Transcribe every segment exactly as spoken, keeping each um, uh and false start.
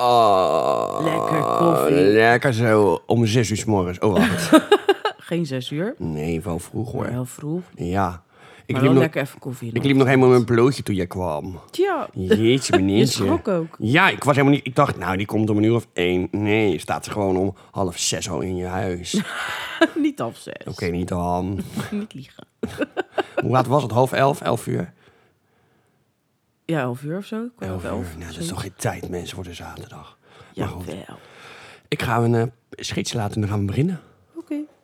Oh, Lekker koffie. Lekker zo. Om zes uur 's morgens. Oh, wacht. Geen zes uur. Nee, wel vroeg hoor. Maar heel vroeg. Ja. Ik Maar liep, wel nog, lekker even koffie. ik liep nog helemaal met een blootje toen jij kwam. Tja. Jeetje, Je meneertje. schrok ook. Ja, ik was helemaal niet... Ik dacht, nou, die komt om een uur of één. Nee, staat ze gewoon om half zes al in je huis. Oké, Niet half zes. okay, niet dan. Niet liegen. Hoe laat was het? Half elf? Elf uur? Ja, elf uur of zo. Ik Elf elf, uur. Nou, dat is toch geen tijd, mensen, voor de zaterdag. Maar goed. Jawel. Ik ga een uh, scheetje laten en dan gaan we beginnen. Oké. Okay.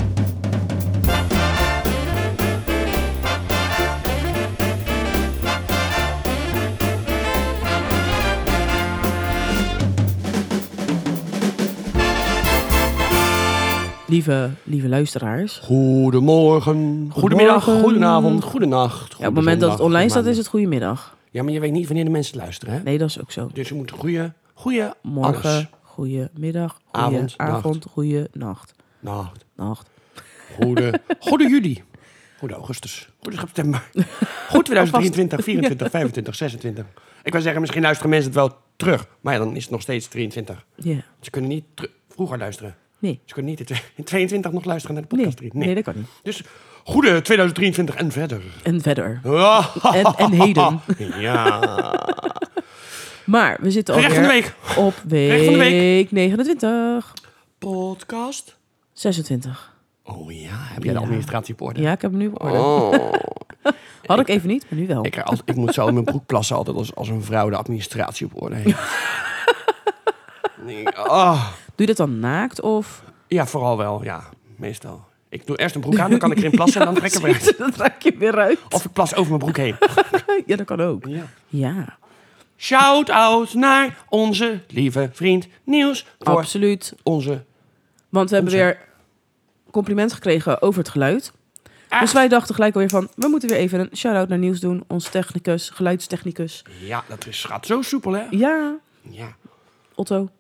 Lieve, lieve luisteraars. Goedemorgen, goedemiddag, goedenavond, goedenacht. Ja, op het moment dat het online staat is het goedemiddag. Ja, maar je weet niet wanneer de mensen luisteren, hè? Nee, dat is ook zo. Dus je moet goeie, goeie Morgen, alles. goedemiddag, Avond, goeie avond, goeie nacht. Nacht. Nacht. Goede, goede juli. Goede augustus. Goede september. Goed tweeduizend drieëntwintig, vierentwintig, vijfentwintig, zesentwintig. Ik wou zeggen, misschien luisteren mensen het wel terug. Maar ja, dan is het nog steeds drieëntwintig. Ja. Yeah. Ze kunnen niet ter- vroeger luisteren. Nee. Ze kunnen niet in tweeëntwintig nog luisteren naar de Nee. podcast. nee, dat kan niet. Dus goede tweeduizend drieëntwintig en verder. En verder. En, en heden. Ja. Maar we zitten Gerecht alweer van de week. op week, van de week. negenentwintig. Podcast. zesentwintig. Oh ja, heb jij de Ja. administratie op orde? Ja, ik heb hem nu op orde. Oh. Had ik even niet, maar nu wel. Ik, altijd, ik moet zo in mijn broek plassen altijd als, als een vrouw de administratie op orde heeft. Nee, oh. Doe je dat dan naakt of? Ja, vooral wel, ja. Meestal. Ik doe eerst een broek aan, dan kan ik erin plassen en dan trek ik hem weer. Dan trek je weer uit. Of ik plas over mijn broek heen. Ja, dat kan ook. Ja. Ja, Shout-out naar onze lieve vriend Niels. Voor absoluut. onze... Want we hebben Onze. weer compliment gekregen over het geluid. Echt? Dus wij dachten gelijk alweer van, we moeten weer even een shout-out naar Niels doen. Onze technicus, geluidstechnicus. Ja, dat is, gaat zo soepel, hè? Ja, Ja. Otto.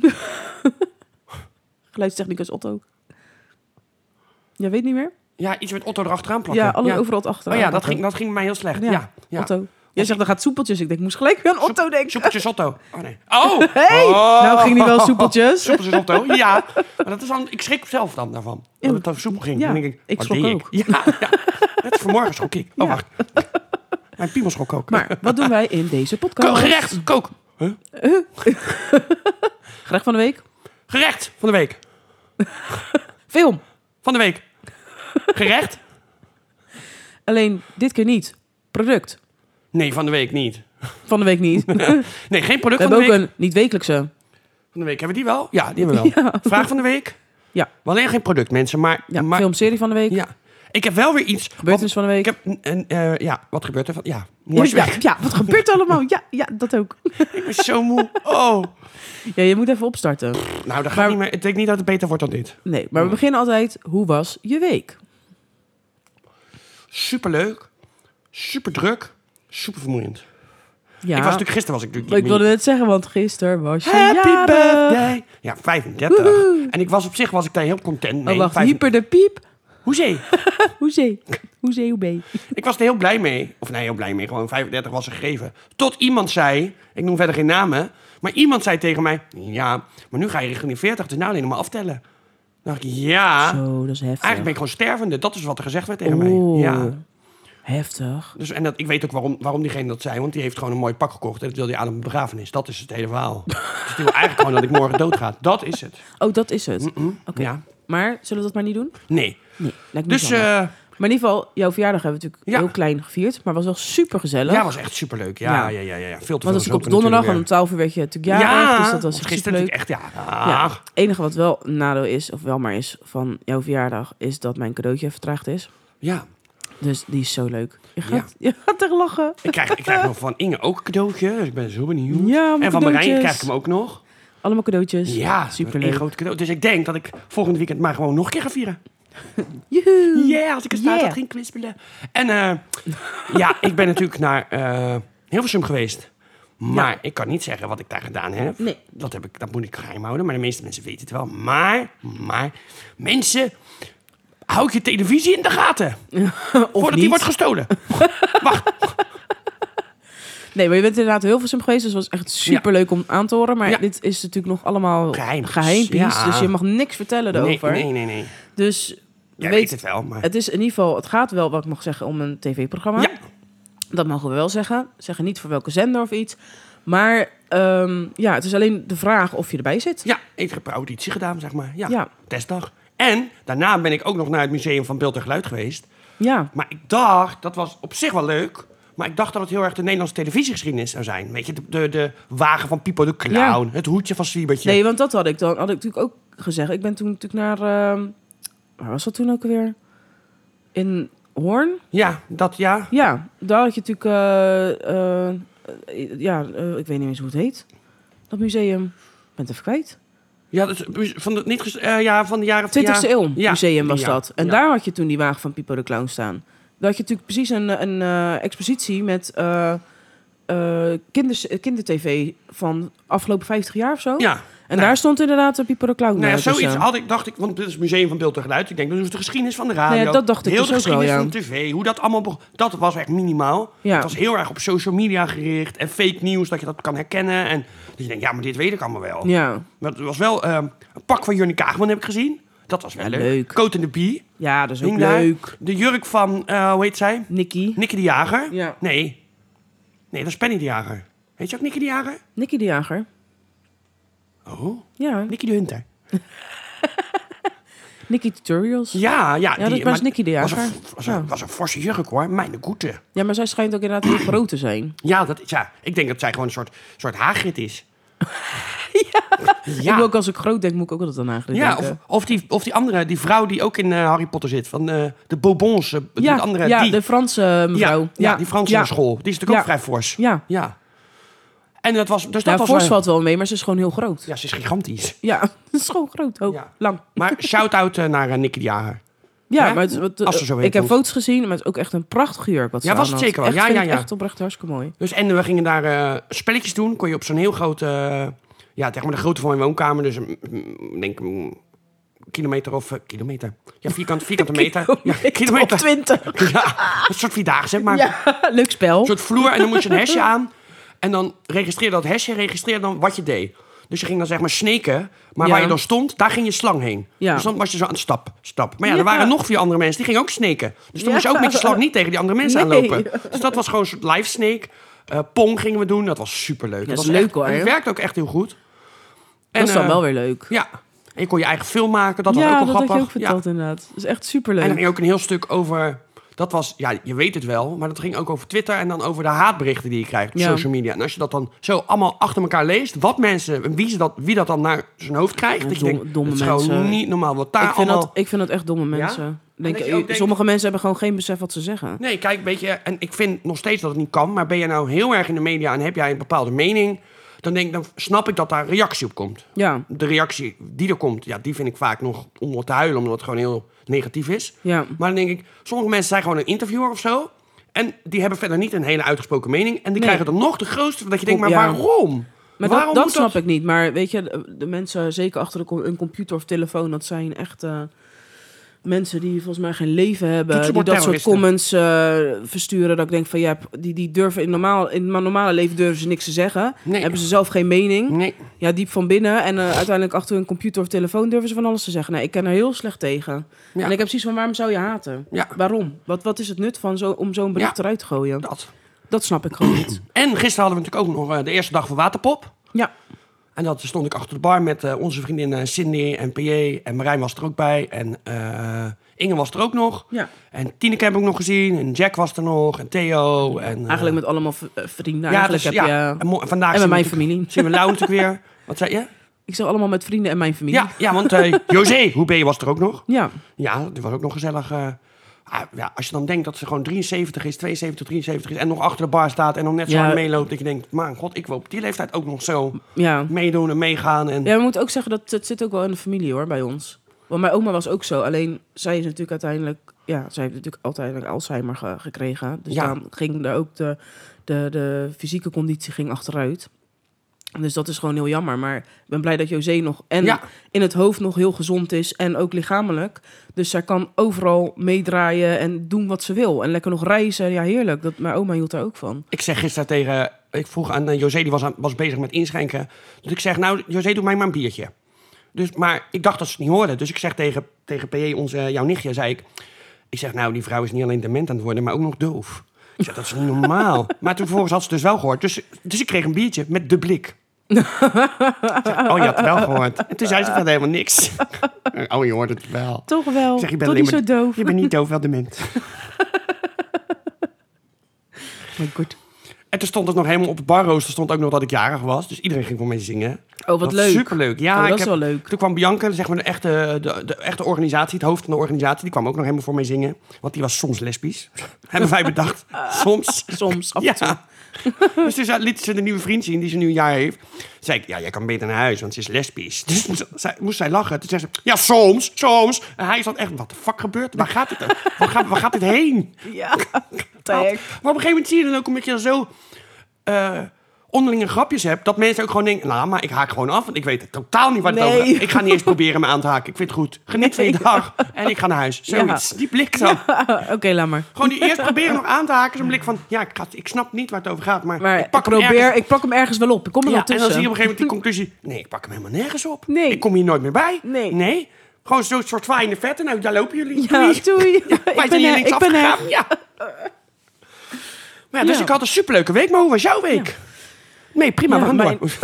Geluidstechnicus Otto. Jij weet niet meer? Ja, iets met Otto erachteraan plakken. Ja, alle overal achter. Oh ja, dat ging, dat ging bij mij heel slecht. Ja, Ja, ja. Otto. Jij zegt, er gaat soepeltjes. Ik denk, ik moest gelijk weer aan Otto denken. Soepeltjes Otto. Oh nee. Oh! Hey! Oh. Nou ging die wel soepeltjes. Soepeltjes Otto, ja. Maar dat is dan, ik schrik zelf dan daarvan. Dat het dan soepel ging. Ja, Dan denk ik, ik wat schrok deed ook. Ik? Ja, ja. Net vanmorgen schrok ik. Oh, Ja. wacht. Mijn piemel schrok ook. Maar wat doen wij in deze Ko- podcast? gerecht, kook. Huh? Gerecht van de week. Gerecht van de week. Film. Van de week. Gerecht? Alleen dit keer niet. Product. Nee, van de week niet. Van de week niet. We Nee, geen product van hebben de ook week. een niet wekelijkse. Van de week hebben we die wel? Ja, die hebben we wel. Ja. Vraag van de week? Ja. Maar alleen geen product, mensen. Maar, Ja, maar filmserie van de week. ja. Ik heb wel weer iets. Gebeurtenis van de week. Ik heb een, een, eh, ja, wat gebeurt er? Van, ja, Ja, mooi ja, ja, wat gebeurt er allemaal? Ja, ja, dat ook. Ik ben zo moe. Oh. Ja, je moet even opstarten. Nou, dat gaat Maar- niet meer. Ik denk niet dat het beter wordt dan dit. Nee, maar we beginnen altijd. Hoe was je week? Superleuk. Super druk. Super vermoeiend. Ja, Ik was natuurlijk gisteren was ik maar natuurlijk ik wilde net zeggen, want gisteren was je Happy jarig. birthday. Ja, vijfendertig. Woehoe. En ik was op zich was ik daar heel content mee. Oh, wacht, Vijf- hyper de piep. Hoezee. Hoezee. Hoezee, hoe ben je? Ik was er heel blij mee. Of nee, heel blij mee. Gewoon vijfendertig was er gegeven. Tot iemand zei, ik noem verder geen namen, maar iemand zei tegen mij, ja, maar nu ga je richting de veertig, dus nou alleen nog maar aftellen. Dan dacht ik, ja, Zo, dat is heftig. eigenlijk ben ik gewoon stervende. Dat is wat er gezegd werd tegen Oeh, mij. Ja. heftig. Dus, en dat, ik weet ook waarom, waarom diegene dat zei, want die heeft gewoon een mooi pak gekocht en dat wil hij aan een begrafenis. Dat is het hele verhaal. Dus die wil eigenlijk gewoon dat ik morgen doodga. Dat is het. Oh, dat is het. Mm-mm. Oké. Ja. Maar zullen we dat maar niet doen? Nee. Nee, lijkt me Dus niet handig. eh Maar in ieder geval, jouw verjaardag hebben we natuurlijk Ja. heel klein gevierd. Maar was wel super gezellig. ja, was echt superleuk. Ja, Ja. ja, ja, ja, ja. Veel te Want veel als ik op zopen donderdag en om natuurlijk twaalf uur werd je natuurlijk weer. jarig. Ja, Dus dat was want echt gisteren superleuk. natuurlijk echt, ja. Ja. Ah. Het enige wat wel een nadeel is, of wel maar is, van jouw verjaardag, is dat mijn cadeautje vertraagd is. Ja. Dus die is zo leuk. Je gaat, je gaat echt lachen. Ik krijg, ik krijg nog van Inge ook een cadeautje, dus ik ben zo benieuwd. Ja, mijn en van Marijn cadeautjes. krijg ik hem ook nog. Allemaal cadeautjes. Ja, superleuk. een groot cadeau. Dus ik denk dat ik volgende weekend maar gewoon nog een keer ga vieren. Joehoe. Yeah, als ik er sta, Yeah. dat ging kwispelen. En eh, ja, ik ben natuurlijk naar eh Hilversum geweest. Maar Ja. ik kan niet zeggen wat ik daar gedaan heb. Nee. Dat, heb ik, dat moet ik geheim houden. Maar de meeste mensen weten het wel. Maar, maar, mensen, houd je televisie in de gaten. Of voordat niet. die wordt gestolen. Wacht. Nee, maar je bent inderdaad heel veel geweest. Dus het was echt superleuk om aan te horen. Maar Ja. dit is natuurlijk nog allemaal Geheimpjes. geheimpjes. Ja. Dus je mag niks vertellen Nee, erover. nee, nee, nee. Dus Jij weet, weet het wel, maar... het is in ieder geval... Het gaat wel, wat ik mag zeggen, om een tv-programma. Ja. Dat mogen we wel zeggen. Zeggen niet voor welke zender of iets. Maar um, ja, het is alleen de vraag of je erbij zit. Ja, ik heb een auditie gedaan, zeg maar. Ja, Ja. testdag. En daarna ben ik ook nog naar het Museum van Beeld en Geluid geweest. Ja. Maar ik dacht, dat was op zich wel leuk... Maar ik dacht dat het heel erg de Nederlandse televisiegeschiedenis zou zijn. Weet je, de, de, de wagen van Pipo de Clown. Ja. Het hoedje van Swiebertje. Nee, want dat had ik dan. Had ik natuurlijk ook gezegd. Ik ben toen natuurlijk naar... Uh, waar was dat toen ook alweer? In Hoorn? Ja, dat ja. Ja, daar had je natuurlijk... Uh, uh, ja, uh, ik weet niet eens hoe het heet. Dat museum. Ik ben het even kwijt. Ja, dat is van de, niet, uh, ja, van de jaren... twintigste ja. eeuw Ja. museum was Ja. dat. En Ja. daar had je toen die wagen van Pipo de Clown staan. Daar had je natuurlijk precies een, een uh, expositie met uh, uh, kinders, kindertv van afgelopen vijftig jaar of zo. Ja. En nou, daar stond inderdaad de Pipo de Clown. Nou ja, uh, zoiets tussen. had ik, dacht ik, want dit is het Museum van Beeld en Geluid. Ik denk, dat is de geschiedenis van de radio. Nee, dat dacht ik heel dus de ook wel, geschiedenis ja. van de tv, hoe dat allemaal begon. Dat was echt minimaal. Ja. Het was heel erg op social media gericht en fake nieuws, dat je dat kan herkennen. En dat je denkt, ja, maar dit weet ik allemaal wel. Ja. Maar het was wel uh, een pak van Johnny Kaagman heb ik gezien. Dat was wel Ja, leuk. leuk. Coat en de Bie. Ja, dat is ook Hing daar. leuk. De jurk van, uh, hoe heet zij? Nicky. Nicky de Jager. Ja. Nee. Nee, dat is Penny de Jager. Heet je ook Nicky de Jager? Nicky de Jager. Oh, Ja. Nicky de Hunter. Nicky Tutorials. Ja, ja. Ja, dat is best Nicky de was Jager. een, was, een, Ja. was een forse jurk hoor. Mijn goede. Ja, maar zij schijnt ook inderdaad heel groot te zijn. Ja, dat is, ja, ik denk dat zij gewoon een soort, soort Hagrid is. ja. Ik wil ook als ik groot denk, moet ik ook altijd aan Hagrid Ja, of, denken. of, die, of die andere, die vrouw die ook in uh, Harry Potter zit. Van uh, de Bourbons. Uh, Ja, die andere, ja die. de Franse mevrouw. Ja, ja, die Franse ja. school. Die is natuurlijk ook Ja. vrij fors. Ja, Ja. En dat was, dus dat ja was fors wel- valt wel mee, maar ze is gewoon heel groot. Ja, Ja, ze is gigantisch. het is gewoon groot, hoog, Ja. lang. Maar shout-out uh, naar uh, Nicky de Jager. Ja, Hè? maar het, wat, Als ze zo heet ik heb ons. foto's gezien, maar het is ook echt een prachtige jurk. Wat ze Ja, was aan het had. zeker wel. Echt, Ja, vind ja, ik ja. echt oprecht hartstikke mooi. Dus en we gingen daar uh, spelletjes doen. Kon je op zo'n heel grote, uh, ja, zeg maar de grootte van mijn woonkamer. Dus een, mm, denk een kilometer of uh, kilometer. Ja, vierkant, vierkante meter. Ja, Op kilometer. twintig. Ja, een soort vierdaagse, maar Ja, leuk spel. een soort vloer. En dan moest je een hesje aan. En dan registreerde dat hesje, registreerde dan wat je deed. Dus je ging dan zeg maar sneken. Maar Ja. waar je dan stond, daar ging je slang heen. Ja. Dus dan was je zo aan het stap, stap. Maar ja, Ja. er waren nog vier andere mensen, die gingen ook sneken. Dus dan Ja. moest je ook met je slang niet tegen die andere mensen Nee. aanlopen. Dus dat was gewoon een soort live snake. Uh, pong gingen we doen, dat was superleuk. Dat is was leuk, echt- hoor. Het werkte ook echt heel goed. En, Dat is dan uh, wel weer leuk. Ja, en je kon je eigen film maken, dat was ja, ook wel dat grappig. had je ook Ja. verteld inderdaad. Dat is echt superleuk. En dan ging ook een heel stuk over... Dat was, ja, je weet het wel, maar dat ging ook over Twitter... en dan over de haatberichten die je krijgt op Ja. social media. En als je dat dan zo allemaal achter elkaar leest... wat mensen, en wie, ze dat, wie dat dan naar zijn hoofd krijgt... Ja, dat je domme- denkt, domme het is gewoon mensen. niet normaal wat daar ik, vind allemaal... dat, ik vind dat echt domme mensen. Denk, dat je ook denkt- Sommige mensen hebben gewoon geen besef wat ze zeggen. Nee, kijk, weet je, en ik vind nog steeds dat het niet kan... maar ben je nou heel erg in de media en heb jij een bepaalde mening... dan, denk, dan snap ik dat daar reactie op komt. Ja, De reactie die er komt, ja, die vind ik vaak nog om te huilen... omdat het gewoon heel negatief is. ja. Maar dan denk ik, sommige mensen zijn gewoon een interviewer of zo. En die hebben verder niet een hele uitgesproken mening. En die Nee. krijgen dan nog de grootste. Dat je denkt, maar Ja. waarom? Maar waarom dat, dat moet snap ik niet. Maar weet je, de, de mensen, zeker achter de, com- een computer of telefoon... dat zijn echt uh, mensen die volgens mij geen leven hebben. Die dat soort Toetsenbordterroristen. comments uh, versturen. Dat ik denk van, ja, die, die durven in, normaal, in het normale leven durven ze niks te zeggen. Nee. Hebben ze zelf geen mening. Nee. Ja, diep van binnen. En uh, uiteindelijk achter een computer of telefoon durven ze van alles te zeggen. Nee, ik ken er heel slecht tegen. Ja. En ik heb precies van, waarom zou je haten? Ja. Waarom? Wat, wat is het nut van zo, om zo'n bericht Ja. eruit te gooien? Dat. Dat snap ik gewoon niet. En gisteren hadden we natuurlijk ook nog uh, de eerste dag van Waterpop. Ja. En dat stond ik achter de bar met uh, onze vriendin Cindy en P J. En Marijn was er ook bij. En uh, Inge was er ook nog. Ja. En Tineke heb ik ook nog gezien. En Jack was er nog. En Theo. En, uh, Eigenlijk met allemaal v- uh, vrienden. ja, Eigenlijk dus, heb ja. je... En, mo- en vandaag En zien met we mijn natuurlijk- familie. Zien we Lau natuurlijk weer. Wat zei je? Ik zeg allemaal met vrienden en mijn familie. Ja, ja want uh, José, hoe ben je, was er ook nog. Ja. Ja, die was ook nog gezellig. Uh, ah, ja, als je dan denkt dat ze gewoon drieënzeventig is, tweeënzeventig, drieënzeventig is... en nog achter de bar staat en nog net zo Ja. hard meeloopt... dat je denkt, man god, ik wil op die leeftijd ook nog zo Ja. meedoen en meegaan. En... Ja, we moeten ook zeggen dat het zit ook wel in de familie hoor, bij ons. Want mijn oma was ook zo. Alleen zij is natuurlijk uiteindelijk... Ja, zij heeft natuurlijk uiteindelijk Alzheimer ge- gekregen. Dus Ja. dan ging er ook de, de, de fysieke conditie ging achteruit. Dus dat is gewoon heel jammer. Maar ik ben blij dat José nog en Ja. in het hoofd nog heel gezond is. En ook lichamelijk. Dus zij kan overal meedraaien en doen wat ze wil. En lekker nog reizen. Ja, heerlijk. Dat, mijn oma hield daar ook van. Ik zeg gisteren tegen... Ik vroeg aan uh, José, die was, aan, was bezig met inschenken. Dus ik zeg, nou, José, doe mij maar een biertje. Dus, maar ik dacht dat ze het niet hoorden. Dus ik zeg tegen, tegen P J, onze, jouw nichtje, zei ik... Ik zeg, nou, die vrouw is niet alleen dement aan het worden, maar ook nog doof. Ik zeg, dat is niet normaal. Maar toen vervolgens had ze het dus wel gehoord. Dus, dus ik kreeg een biertje met de blik. Ik zeg, oh, je had het wel gehoord. En toen zei ze van helemaal niks. Oh, je hoort het wel. Toch wel. Ik zeg, je bent Toch alleen niet maar, zo doof. Je bent niet doof, wel dement. Maar goed. En toen stond het nog helemaal op het barrooster, stond ook nog dat ik jarig was. Dus iedereen ging voor mij zingen. Oh, wat leuk. Superleuk. Ja, Oh, dat ik is heb, wel leuk. Toen kwam Bianca, zeg maar de echte, de, de echte organisatie, het hoofd van de organisatie, die kwam ook nog helemaal voor mij zingen. Want die was soms lesbisch. Hebben wij bedacht. Soms. Soms, af en toe. Ja. Dus toen zei- liet ze de nieuwe vriend zien, die ze nu een jaar heeft. Zei ik, ja, jij kan beter naar huis, want ze is lesbisch. Dus moest, zij, moest zij lachen. Toen zei ze, ja, soms, soms. En hij zat echt, wat de fuck gebeurt? Waar gaat dit, waar gaat, waar gaat dit heen? Ja, te Maar op gek. een gegeven moment zie je dan ook, omdat je dan zo uh, onderlinge grapjes hebt, dat mensen ook gewoon denken, nou, maar ik haak gewoon af, want ik weet totaal niet wat het Nee. over gaat. Ik ga niet eens proberen me aan te haken. Ik vind het goed. Geniet van je Nee. dag. En ik ga naar huis. Zoiets. Die blik zo. Oké, okay, laat maar. Gewoon die eerst proberen nog aan te haken. Zo'n blik van, ja, ik, ga, ik snap niet waar het over gaat, maar, Maar ik ik, pak hem probeer, ergens. ik pak hem ergens wel op. Ik kom er Ja, wel en dan tussen. zie je op een gegeven moment die conclusie, nee, ik pak hem helemaal nergens op. Nee. Ik kom hier nooit meer bij. Nee. Nee. Gewoon zo'n soort zwaaiende vetten. Nou, daar lopen jullie. Ja, Doei. doei. Wij ik zijn ben hier er. links Ik ben er. afgegaan. Ja. Maar ja, dus Ja. ik had een superleuke week, maar hoe was jouw week? Nee, prima, Ja, we gaan mijn- door.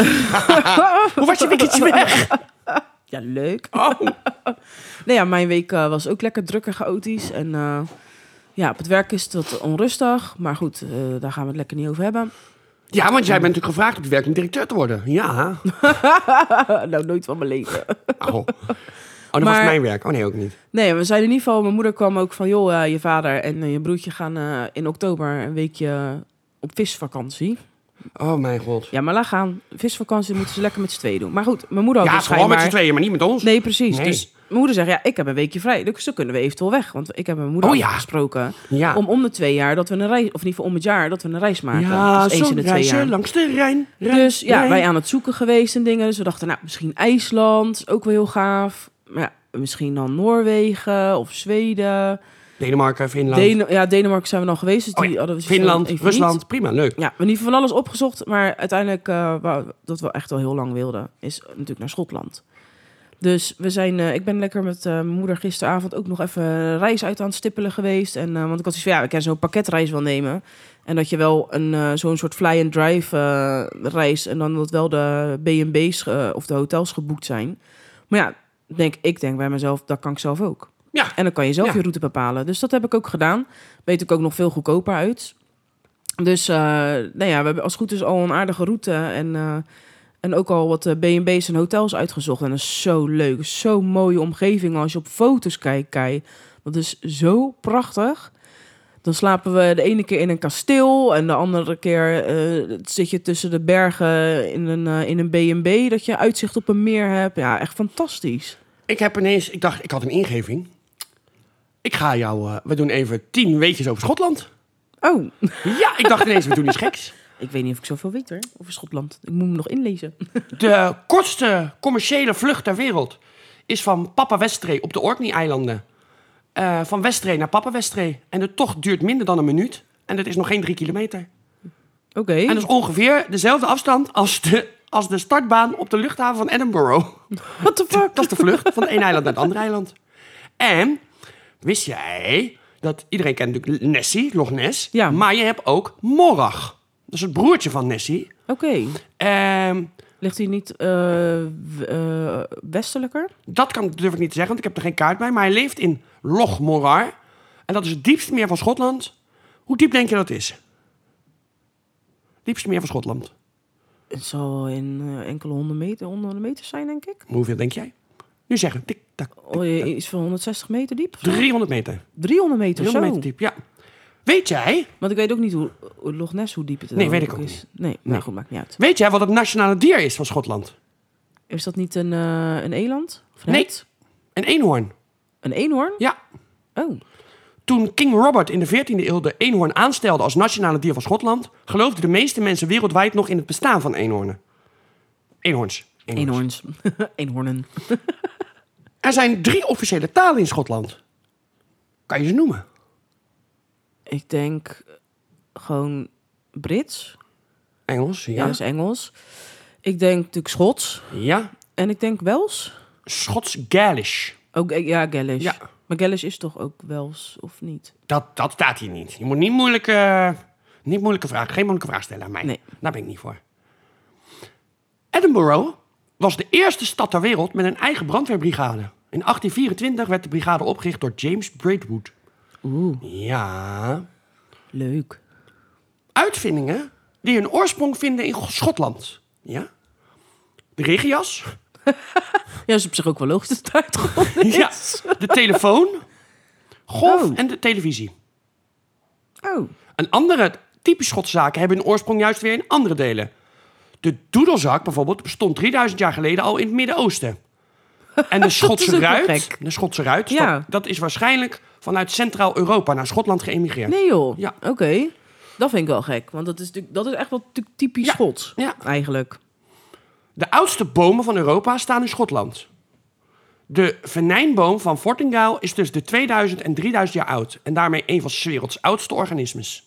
Hoe was je weekendje weg? Ja, leuk. Oh. Nee, ja, mijn week uh, was ook lekker druk en chaotisch. En uh, ja, op het werk is het wat onrustig. Maar goed, uh, daar gaan we het lekker niet over hebben. Ja, want jij bent natuurlijk gevraagd op het werk om directeur te worden. Ja. nou, nooit van mijn leven. Oh, oh dat Maar- was mijn werk. Oh nee, ook niet. Nee, we zeiden in ieder geval... Mijn moeder kwam ook van... joh, uh, je vader en uh, je broertje gaan uh, in oktober een weekje op visvakantie. Oh mijn god. Ja, maar laat gaan. Visvakantie moeten ze lekker met z'n tweeën doen. Maar goed, mijn moeder had Ja, dus vooral met schijnbaar- z'n tweeën, maar niet met ons. Nee, precies. Nee. Dus mijn moeder zegt, ja, ik heb een weekje vrij. Dus dan kunnen we eventueel weg. Want ik heb met mijn moeder Oh, ja. afgesproken... Ja, om om de twee jaar dat we een reis... of in ieder geval om het jaar dat we een reis maken. ja dus eens in zo'n de twee reisje jaar. langs de Rijn. Rijn, Dus ja, Rijn. wij aan het zoeken geweest en dingen. Dus we dachten, nou, misschien IJsland, ook wel heel gaaf. Maar ja, misschien dan Noorwegen of Zweden. Denemarken, Finland. Dene- ja, Denemarken zijn we dan geweest. Dus Oh die ja, hadden we Finland, even Rusland. niet. Prima, leuk. Ja, we hebben in ieder geval van alles opgezocht. Maar uiteindelijk, uh, wou- dat we echt wel heel lang wilden, is natuurlijk naar Schotland. Dus we zijn, uh, ik ben lekker met uh, mijn moeder gisteravond ook nog even een reis uit aan het stippelen geweest. En, uh, want ik had zoiets van, ja, we kunnen zo'n pakketreis wel nemen. En dat je wel een, uh, zo'n soort fly-and-drive uh, reis... en dan dat wel de B en B's uh, of de hotels geboekt zijn. Maar ja, denk, ik denk bij mezelf, dat kan ik zelf ook. Ja. En dan kan je zelf Ja. je route bepalen. Dus dat heb ik ook gedaan. Weet ik ook nog veel goedkoper uit. Dus uh, nou ja, we hebben als het goed is al een aardige route. En, uh, en ook al wat uh, B en B's en hotels uitgezocht. En dat is zo leuk. Zo'n mooie omgeving. Als je op foto's kijkt, kijk. Dat is zo prachtig. Dan slapen we de ene keer in een kasteel. En de andere keer uh, zit je tussen de bergen in een, uh, in een B en B. Dat je uitzicht op een meer hebt. Ja, echt fantastisch. Ik heb ineens, ik dacht, ik had een ingeving. Ik ga jou, uh, we doen even tien weetjes over Schotland. Oh, Ja, ik dacht ineens, we doen iets geks. ik weet niet of ik zoveel weet hoor, over Schotland. Ik moet hem nog inlezen. De kortste commerciële vlucht ter wereld is van Papa Westray op de Orkney-eilanden. Uh, van Westray naar Papa Westray. En de tocht duurt minder dan een minuut. En dat is nog geen drie kilometer. Oké. Okay. En dat is ongeveer dezelfde afstand als de, als de startbaan op de luchthaven van Edinburgh. What the fuck? Dat is de vlucht van het ene eiland naar het andere eiland. En wist jij dat iedereen kent natuurlijk Nessie, Loch Ness. Ja. Maar je hebt ook Morag. Dat is het broertje van Nessie. Oké. Ehm Ligt hij niet uh, uh, westelijker? Dat kan, durf ik niet te zeggen, want ik heb er geen kaart bij. Maar hij leeft in Loch Morar. En dat is het diepste meer van Schotland. Hoe diep denk je dat is? Diepste meer van Schotland. Het zal in uh, enkele honderd meter, honderden meters zijn, denk ik. Hoeveel denk jij? Nu zeggen. Tik, tak, tik, Oh, iets van honderdzestig meter diep? driehonderd meter. driehonderd meter, driehonderd zo. meter diep, ja. Weet jij, Want ik weet ook niet hoe, hoe Loch Ness, hoe diep het Nee, nou weet ik ook is. Nee, nou goed, maakt niet uit. weet jij wat het nationale dier is van Schotland? Is dat niet een, uh, een eland? Of een Nee. hert? Een eenhoorn. Een eenhoorn? Ja. Oh. Toen King Robert in de veertiende eeuw de eenhoorn aanstelde als nationale dier van Schotland, geloofden de meeste mensen wereldwijd nog in het bestaan van eenhoornen. Eenhoorns. Eenhoorns. Eenhoornen. Er zijn drie officiële talen in Schotland. Kan je ze noemen? Ik denk gewoon Brits. Engels, ja. Ja, dat is Engels. Ik denk natuurlijk Schots. Ja. En ik denk Wels. Schots-Galish. Ook, eh, ja, Galish. Ja. Maar Galish is toch ook Wels, of niet? Dat, dat staat hier niet. Je moet niet moeilijke, niet moeilijke vragen, geen moeilijke vraag stellen aan mij. Nee. Daar ben ik niet voor. Edinburgh was de eerste stad ter wereld met een eigen brandweerbrigade. In achttien vierentwintig werd de brigade opgericht door James Braidwood. Oeh, Ja. leuk. Uitvindingen die hun oorsprong vinden in Schotland. Ja. De regenjas. Ja, dat is op zich ook wel logisch dat het uitgevonden is. Ja. De telefoon. Golf Oh. en de televisie. Oh, Een andere typisch Schotse zaken hebben hun oorsprong juist weer in andere delen. De doedelzak bijvoorbeeld bestond drieduizend jaar geleden al in het Midden-Oosten. En de Schotse ook wel ruit, gek. de Schotse ruit, Ja. dat, dat is waarschijnlijk vanuit Centraal-Europa naar Schotland geëmigreerd. nee joh. Ja. Oké. Dat vind ik wel gek. Want dat is, natuurlijk- dat is echt wel natuurlijk typisch Ja. Schots. Ja. Eigenlijk. De oudste bomen van Europa staan in Schotland. De venijnboom van Fortingall is tussen de tweeduizend en drieduizend jaar oud. En daarmee een van 's werelds oudste organismes.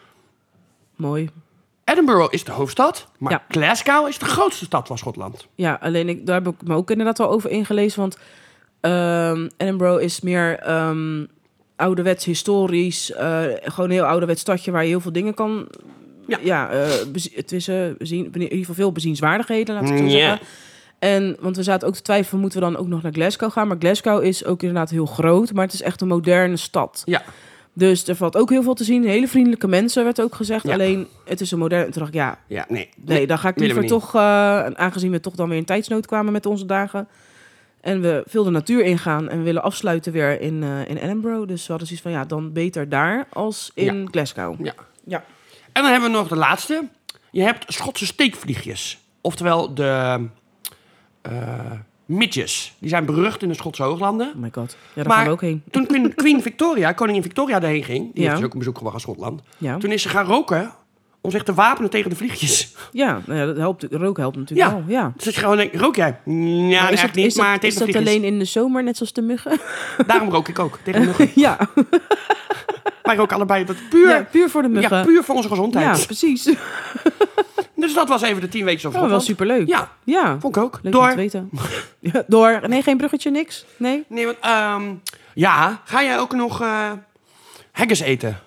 Mooi. Edinburgh is de hoofdstad, maar Ja. Glasgow is de grootste stad van Schotland. Ja, alleen ik, daar heb ik me ook inderdaad wel over ingelezen. Want ehm, Edinburgh is meer ehm, ouderwets historisch. eh, gewoon een heel ouderwets stadje waar je heel veel dingen kan... Ja. Ja, eh, bezi- het is eh, bezien, in ieder geval veel bezienswaardigheden, laat ik het zo Ja. zeggen. En, want we zaten ook te twijfelen, moeten we dan ook nog naar Glasgow gaan? Maar Glasgow is ook inderdaad heel groot, maar het is echt een moderne stad. Ja, Dus er valt ook heel veel te zien. Hele vriendelijke mensen, werd ook gezegd. Ja. Alleen, het is een moderne... Toen dacht ik, ja, ja nee. nee, dan ga ik willen we liever niet. toch... eh, aangezien we toch dan weer in tijdsnood kwamen met onze dagen... en we veel de natuur ingaan en we willen afsluiten weer in, eh, in Edinburgh. Dus we hadden zoiets van, ja, dan beter daar als in Glasgow. Ja. Ja. En dan hebben we nog de laatste. Je hebt Schotse steekvliegjes. Oftewel de eh midges. Die zijn berucht in de Schotse hooglanden. Oh my god. Ja, daar Maar gaan we ook heen. Toen Queen, Queen Victoria, koningin Victoria, daarheen ging... die Ja. heeft dus ook een bezoek gebracht aan Schotland... Ja, toen is ze gaan roken om zich te wapenen tegen de vliegjes. ja, nou ja dat helpt, rook helpt natuurlijk Ja. wel. Ja. Dus dat je gewoon denkt, rook jij? Ja, Maar is echt dat, niet, is dat, maar is tegen dat de vliegjes. alleen in de zomer, net zoals de muggen? Daarom rook ik ook, tegen de muggen. ja. Wij roken allebei, dat puur, ja, puur voor de muggen. ja, puur voor onze gezondheid. Ja, precies. Dus dat was even de tien weken over Oh, wel Schotland. superleuk. Ja, Ja, vond ik ook. leuk Door. om te weten. Ja, door. Nee, geen bruggetje, niks? Nee? Nee, want, ehm, ja, ga jij ook nog eh haggis eten?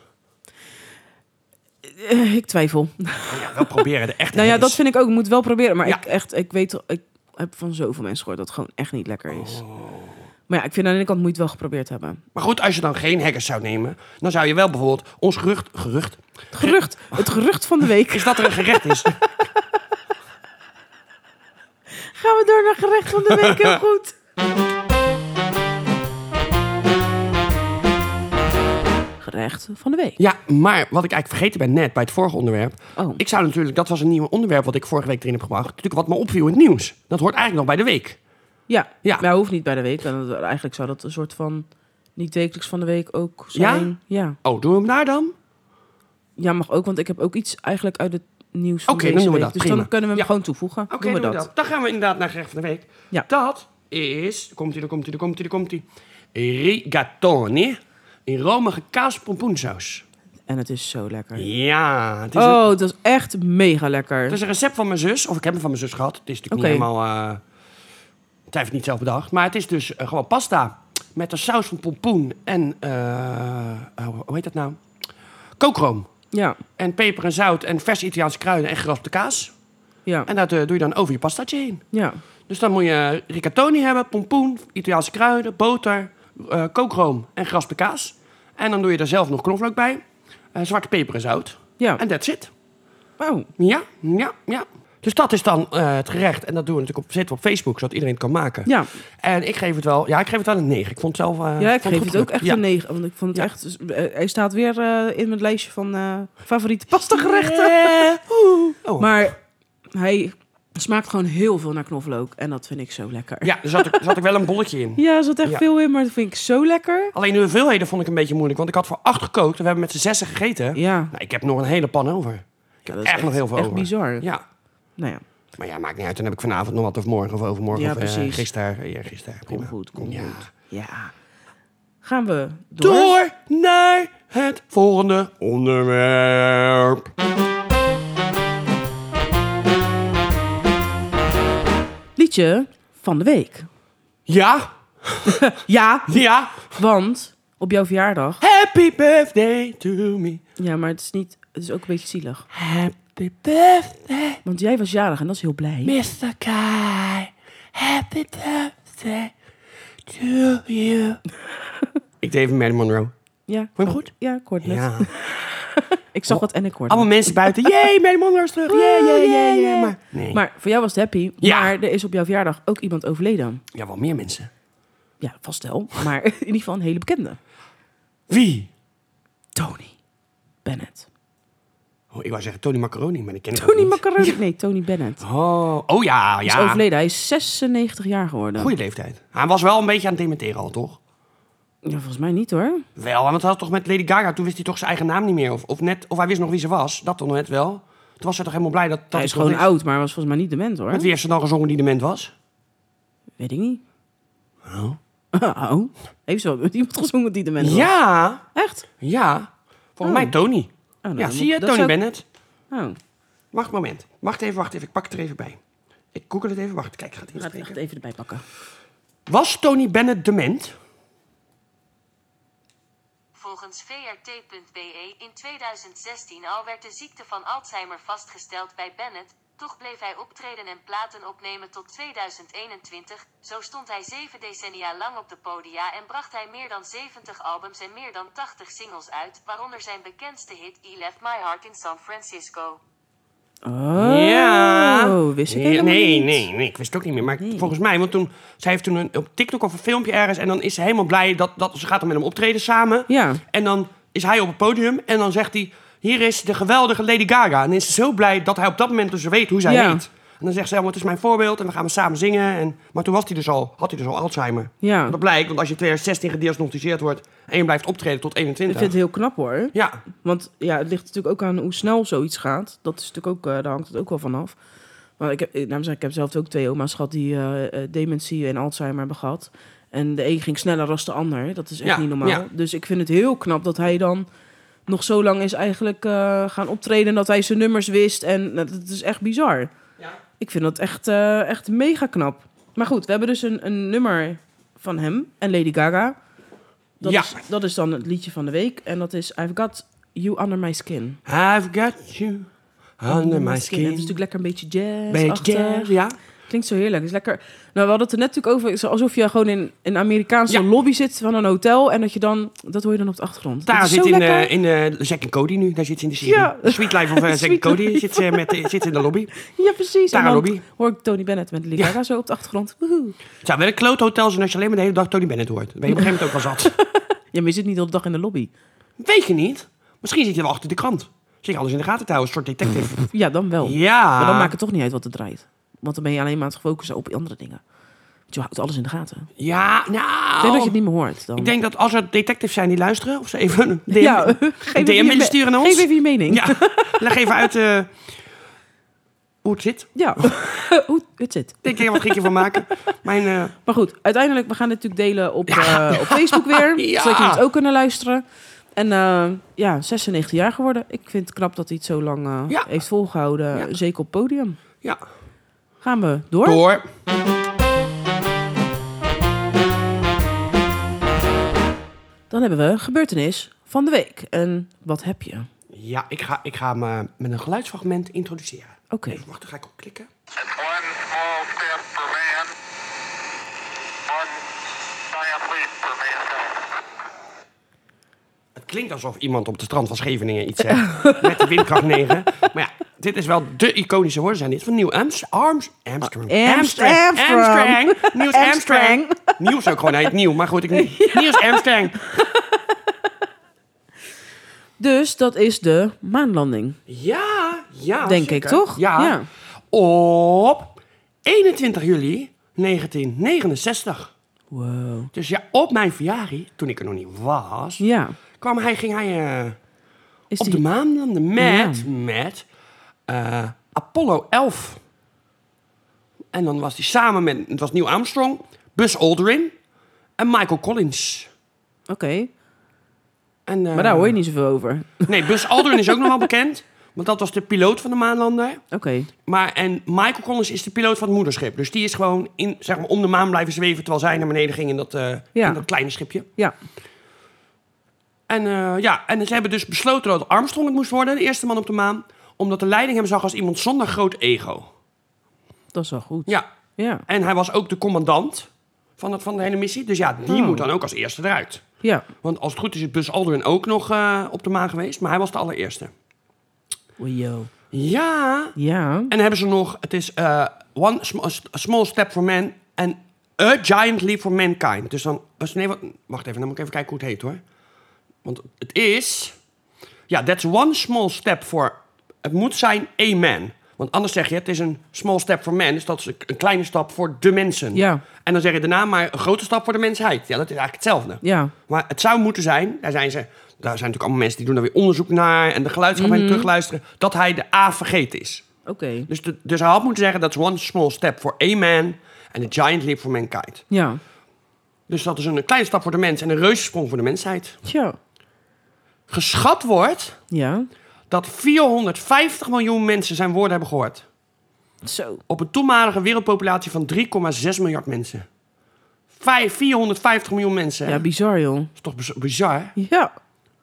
Eh, ik twijfel. Oh ja, wel proberen, de echte Nou ja, dat haggis. vind ik ook. Ik moet wel proberen. Maar Ja. ik echt, ik weet, ik heb van zoveel mensen gehoord dat het gewoon echt niet lekker is. Oh. Maar ja, ik vind aan de ene kant moet je het wel geprobeerd hebben. Maar goed, als je dan geen haggis zou nemen... dan zou je wel bijvoorbeeld ons gerucht... Gerucht? Het gerucht, het gerucht van de week. Is dat er een gerecht is? Gaan we door naar gerecht van de week. Heel goed. Gerecht van de week. Ja, maar wat ik eigenlijk vergeten ben net bij het vorige onderwerp... Oh, Ik zou natuurlijk... Dat was een nieuw onderwerp wat ik vorige week erin heb gebracht. Natuurlijk wat me opviel in het nieuws. Dat hoort eigenlijk nog bij de week. ja. Ja. Maar hoeft niet bij de week. En dat- eigenlijk zou dat een soort van niet wekelijks van de week ook zijn. Ja? Ja. Oh, doen we hem daar dan? Ja, mag ook, want ik heb ook iets eigenlijk uit het nieuws van Oké, deze dan doen we week. dat, Dus prima. dan kunnen we hem Ja. gewoon toevoegen. Oké, doen we dat. Dan gaan we inderdaad naar gerecht van de week. Ja. Dat is... Komt ie, daar komt ie, daar komt ie, daar komt ie. Rigatoni in romige kaas-pompoensaus. En het is zo lekker. Ja, het is, een, Oh, dat is echt mega lekker. het is een recept van mijn zus. Of ik heb hem van mijn zus gehad. Het is natuurlijk Oké. niet helemaal... eh het heeft het niet zelf bedacht. Maar het is dus eh, gewoon pasta met een saus van pompoen en... eh, eh, hoe heet dat nou? Kookroom. Ja, En peper en zout en vers Italiaanse kruiden en geraspte kaas. ja, En dat eh, doe je dan over je pastaatje heen. ja. Dus dan moet je rigatoni hebben, pompoen, Italiaanse kruiden, boter, eh, kookroom en geraspte kaas. En dan doe je er zelf nog knoflook bij, eh, zwarte peper en zout. Ja. En that's it. Oh, Ja, ja, ja. Dus dat is dan eh, het gerecht. En dat doen we natuurlijk op, zetten we op Facebook, zodat iedereen het kan maken. ja. En ik geef het wel, ja, ik geef het wel een negen. Ik vond het zelf... eh, Ja, ik vond geef goed het ook gelukt. echt Ja. een negen. Want ik vond het Ja. echt... eh, hij staat weer eh, in mijn lijstje van eh, favoriete pasta gerechten. Eh, oeh. Oh. Maar hij smaakt gewoon heel veel naar knoflook. En dat vind ik zo lekker. Ja, er zat, er zat ook wel een bolletje in. Ja, er zat echt Ja. veel in, maar dat vind ik zo lekker. Alleen de hoeveelheden vond ik een beetje moeilijk. Want ik had voor acht gekookt en we hebben met z'n zessen gegeten. Ja, Nou, ik heb nog een hele pan over. ja dat echt nog heel veel echt over. bizar. Ja. Nou ja. Maar ja, maakt niet uit. Dan heb ik vanavond nog wat of morgen of overmorgen. Ja, of uh, precies. gisteren. Ja, gisteren. Kom Prima. goed, kom ja. goed. Ja. Gaan we door? Door naar het volgende onderwerp. Liedje van de week. Ja, Ja, ja. want op jouw verjaardag... Happy birthday to me. Ja, maar het is niet... Het is ook een beetje zielig. Happy birthday, Want jij was jarig en dat is heel blij. mister Kai. Happy birthday to you. Ik deed even Marilyn Monroe. Ja, Vond je hem goed? Ja, ik hoorde het. Ja. Ik zag wat en ik hoorde Allemaal het. mensen buiten. Jee, Marilyn Monroe is terug. Jee, jee, jee, jee. Maar nee. Maar voor jou was het happy. Ja. Maar er is op jouw verjaardag ook iemand overleden. Ja, wel meer mensen. Ja, vast wel. Maar in ieder geval een hele bekende. Wie? Tony Bennett. Oh, ik wou zeggen Tony Macaroni, maar die ken ik ook Tony niet. Macaroni? Nee, Tony Bennett. Oh, oh ja, Hij is ja. overleden. Hij is zesennegentig jaar geworden. Goeie leeftijd. Hij was wel een beetje aan het dementeren al, toch? Ja, volgens mij niet hoor. Wel, want hij had toch met Lady Gaga, toen wist hij toch zijn eigen naam niet meer. Of, of, net, of hij wist nog wie ze was. Dat toch net wel. Toen was hij toch helemaal blij dat... dat Hij is toch gewoon niks- oud, maar was volgens mij niet dement hoor. Met wie heeft ze dan gezongen die dement was? Weet ik niet. Oh. Oh. Heeft ze wel met iemand gezongen die dement was? Ja, Echt? ja. Volgens Oh. mij Tony. Oh, nou, Ja, dan zie je, moet- dat Tony zou- Bennett. Oh. Wacht een moment. Wacht even, wacht even. Ik pak het er even bij. Ik google het even. Wacht, kijk, ik ga het Laat het echt inspreken. even erbij pakken. Was Tony Bennett dement? Volgens V R T punt B E in tweeduizend zestien al werd de ziekte van Alzheimer vastgesteld bij Bennett. Toch bleef hij optreden en platen opnemen tot tweeduizend eenentwintig. Zo stond hij zeven decennia lang op de podia en bracht hij meer dan zeventig albums en meer dan tachtig singles uit, waaronder zijn bekendste hit He Left My Heart in San Francisco. Oh, Ja. wist ik Ja, helemaal nee, niet. nee, nee, ik wist het ook niet meer. Maar Nee. volgens mij, want toen, zij heeft toen een, op TikTok of een filmpje ergens... en dan is ze helemaal blij dat, dat ze gaat dan met hem optreden samen. Ja. En dan is hij op het podium en dan zegt hij... hier is de geweldige Lady Gaga. En dan is ze zo blij dat hij op dat moment dus weet hoe zij Ja. heet. En dan zegt ze, ja, maar het is mijn voorbeeld en we gaan we samen zingen. En, maar toen was hij dus al, had hij dus al Alzheimer. Ja. Dat blijkt, want als je in tweeduizend zestien gediagnosticeerd wordt... en je blijft optreden tot Ik eenentwintig. vind het heel knap hoor. Ja, Want ja, het ligt natuurlijk ook aan hoe snel zoiets gaat. Dat is natuurlijk ook, uh, daar hangt het ook wel van af. Maar ik heb, nou, zeggen, ik heb zelf ook twee oma's gehad die uh, uh, dementie en Alzheimer hebben gehad. En de een ging sneller dan de ander. Dat is echt Ja, niet normaal. ja. Dus ik vind het heel knap dat hij dan nog zo lang is eigenlijk uh, gaan optreden. En dat hij zijn nummers wist. En nou, dat is echt bizar. ja. Ik vind dat echt, uh, echt mega knap. Maar goed, we hebben dus een, een nummer van hem en Lady Gaga. Dat, Ja. is, dat is dan het liedje van de week. En dat is I've Got You Under My Skin. I've got you under my Het is skin. natuurlijk lekker een beetje jazz. Beetje jazz, ja. Klinkt zo heerlijk. Het is lekker. Nou, we hadden het er net natuurlijk over. Alsof je gewoon in een Amerikaanse Ja. lobby zit van een hotel. En dat je dan... Dat hoor je dan op de achtergrond. Daar Dat is zit zo in, lekker. uh, in uh, Zack en Cody nu. Daar zit ze in de serie. Ja. The Sweet Life of uh, Zack en Sweet Cody Life. zit, ze met, uh, zit in de lobby. Ja, precies. Daar En dan lobby. hoor ik Tony Bennett met Lady Ja. Gaga zo op de achtergrond. Woehoe. Het zou wel een kloot hotel zijn als je alleen maar de hele dag Tony Bennett hoort. Dan ben je op een gegeven moment ook wel zat. Ja, maar je zit niet de hele dag in de lobby. Weet je niet. Misschien zit je wel achter de krant. Zit je alles in de gaten te houden, een soort detective. Ja, dan wel. Ja. Maar dan maakt het toch niet uit wat het draait. Want dan ben je alleen maar aan het focussen op andere dingen. Want je houdt alles in de gaten. Ja, Ik denk nou... dat je het niet meer hoort. Dan. Ik denk dat als er detectives zijn die luisteren... of ze even een D M, ja, een geef D M even je willen me- sturen naar ons. Geef even je mening. Ja, leg even uit uh, hoe het zit. Ja. Hoe het zit. Denk je wat ging je van maken? Mijn... Uh, Maar goed, uiteindelijk, we gaan dit natuurlijk delen op, uh, op Facebook weer. Ja. Zodat jullie het ook kunnen luisteren. En uh, ja, zesennegentig jaar geworden. Ik vind het knap dat hij het zo lang uh, Ja. heeft volgehouden. Ja. Zeker op het podium. ja, Gaan we door? door. Dan hebben we gebeurtenis van de week. En wat heb je? Oké. Ja, ik ga, ik ga me met een geluidsfragment introduceren. Okay. Even wachten, ga ik op klikken. It's one small step for man, one giant leap for mankind. Het klinkt alsof iemand op het strand van Scheveningen iets zegt. Met de windkracht negen. Maar ja, dit is wel de iconische woorden zijn dit van Neil Arms, Arms, Armstrong. Armstrong. Armstrong. Niels Armstrong. Armstrong. Niels ook gewoon, hij heet Nieuw. Maar goed, ik niet. Niels Armstrong. Dus dat is de maanlanding. Ja, ja. Denk zeker. ik, toch? Ja. Ja. Op eenentwintig juli negentien negenenzestig. Wow. Dus ja, op mijn verjaardag, toen ik er nog niet was, Ja. kwam hij, ging hij uh, Is op die... de maan landen met, Ja. met uh, Apollo elf. En dan was hij samen met, het was Neil Armstrong, Buzz Aldrin en Michael Collins. Oké. Okay. En, uh, maar daar hoor je niet zoveel over. Nee, Buzz Aldrin is ook nog wel bekend. Want dat was de piloot van de maanlander. Oké. Okay. Maar en Michael Collins is de piloot van het moederschip. Dus die is gewoon in, zeg maar, om de maan blijven zweven... terwijl zij naar beneden ging in dat, uh, ja. in dat kleine schipje. Ja. En, uh, ja, en ze hebben dus besloten dat Armstrong het moest worden... de eerste man op de maan. Omdat de leiding hem zag als iemand zonder groot ego. Dat is wel goed. Ja. ja. En hij was ook de commandant van, het, van de hele missie. Dus ja, die oh. moet dan ook als eerste eruit. Ja. Want als het goed is, is Buzz Aldrin ook nog uh, op de maan geweest. Maar hij was de allereerste. Yo. Ja. Ja. En dan hebben ze nog... Het is uh, one sm- a small step for man... and a giant leap for mankind. Dus dan... Nee, wat, wacht even, dan moet ik even kijken hoe het heet, hoor. Want het is... Ja, that's one small step for... Het moet zijn a man. Want anders zeg je, het is een small step for man. Dus dat is een kleine stap voor de mensen. Ja. En dan zeg je daarna maar een grote stap voor de mensheid. Ja, dat is eigenlijk hetzelfde. Ja. Maar het zou moeten zijn... Daar zijn ze... Daar zijn natuurlijk allemaal mensen die doen daar weer onderzoek naar... en de geluidschap mm-hmm. en terugluisteren... dat hij de A vergeten is. Oké. Okay. Dus, de, dus hij had moeten zeggen... that's one small step for a man... and a giant leap for mankind. Ja. Dus dat is een kleine stap voor de mens... en een reuzensprong voor de mensheid. Ja. Geschat wordt... Ja. dat vierhonderdvijftig miljoen mensen zijn woorden hebben gehoord. Zo. Op een toenmalige wereldpopulatie van drie komma zes miljard mensen. vierhonderdvijftig miljoen mensen. Hè? Ja, bizar, joh. Dat is toch biz- bizar? Ja.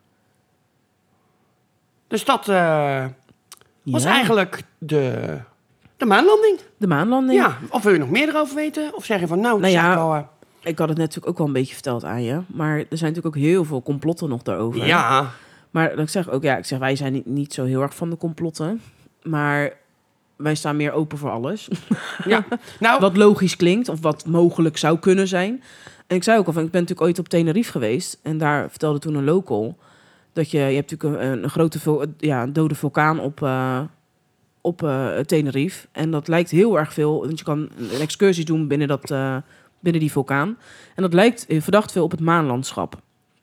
Dus dat uh, was ja. eigenlijk de, de maanlanding. De maanlanding. Ja, of wil je nog meer erover weten? Of zeg je van, nou, nou ja, wel, uh... ik had het natuurlijk ook wel een beetje verteld aan je. Maar er zijn natuurlijk ook heel veel complotten nog daarover. Ja. Maar ik zeg ook, ja, ik zeg, wij zijn niet, niet zo heel erg van de complotten. Maar wij staan meer open voor alles. Ja. Nou, wat logisch klinkt, of wat mogelijk zou kunnen zijn. En ik zei ook al, van, ik ben natuurlijk ooit op Tenerife geweest. En daar vertelde toen een local... dat je, je hebt natuurlijk een, een grote vul, ja, een dode vulkaan op, uh, op uh, Tenerife. En dat lijkt heel erg veel... want je kan een excursie doen binnen, dat, uh, binnen die vulkaan. En dat lijkt verdacht veel op het maanlandschap.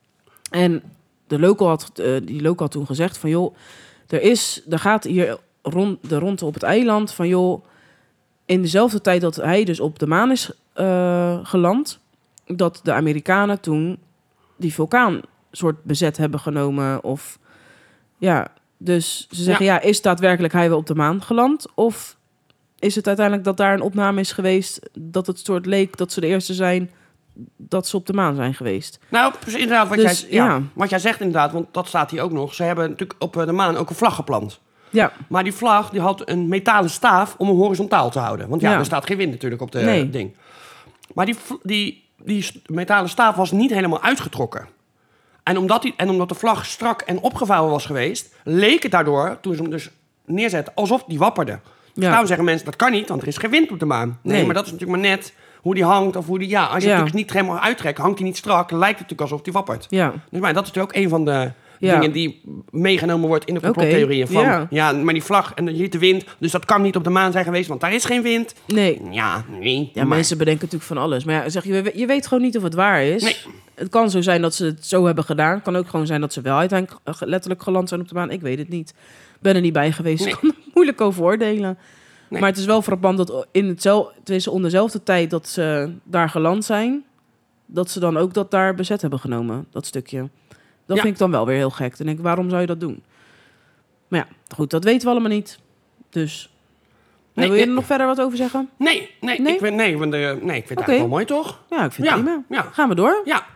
En de local had, uh, die local had toen gezegd van... joh, er, is, er gaat hier rond, de ronde op het eiland van... joh, in dezelfde tijd dat hij dus op de maan is uh, geland... dat de Amerikanen toen die vulkaan soort bezet hebben genomen. Of ja, dus ze zeggen, ja. ja, is daadwerkelijk hij wel op de maan geland? Of is het uiteindelijk dat daar een opname is geweest... dat het soort leek dat ze de eerste zijn... dat ze op de maan zijn geweest. Nou, inderdaad, wat, dus, jij, ja, ja. wat jij zegt inderdaad, want dat staat hier ook nog. Ze hebben natuurlijk op de maan ook een vlag geplant. Ja. Maar die vlag die had een metalen staaf om hem horizontaal te houden. Want ja, ja. er staat geen wind natuurlijk op de nee. ding. Maar die, die, die metalen staaf was niet helemaal uitgetrokken. En omdat, die, en omdat de vlag strak en opgevouwen was geweest... leek het daardoor, toen ze hem dus neerzetten, alsof die wapperde. Ja. Dus daarom zeggen mensen, dat kan niet, want er is geen wind op de maan. Nee, nee. Maar dat is natuurlijk maar net hoe die hangt of hoe die... Ja, als je ja. het natuurlijk niet helemaal uittrekt, hangt hij niet strak... lijkt het natuurlijk alsof die wappert. Ja. Dus maar dat is natuurlijk ook een van de ja. dingen die meegenomen wordt in de complottheorieën. Van, ja. ja, maar die vlag en je ziet de wind, dus dat kan niet op de maan zijn geweest, want daar is geen wind. Nee. Ja, nee. Ja, maar... mensen bedenken natuurlijk van alles. Maar ja, zeg je, je weet gewoon niet of het waar is. Nee. Het kan zo zijn dat ze het zo hebben gedaan. Het kan ook gewoon zijn dat ze wel uiteindelijk letterlijk geland zijn op de maan. Ik weet het niet. Ben er niet bij geweest. Nee. Ik kan er moeilijk over oordelen. Nee. Maar het is wel frappant dat in hetzelfde, om dezelfde tijd dat ze daar geland zijn, dat ze dan ook dat daar bezet hebben genomen, dat stukje. Dat ja. vind ik dan wel weer heel gek. Dan denk ik, waarom zou je dat doen? Maar ja, goed, dat weten we allemaal niet. Dus, nee, wil je er nee. nog verder wat over zeggen? Nee, nee, nee? ik vind, nee, want, uh, nee, ik vind het okay. eigenlijk wel mooi, toch? Ja, ik vind het ja. prima. Ja. Gaan we door? Ja.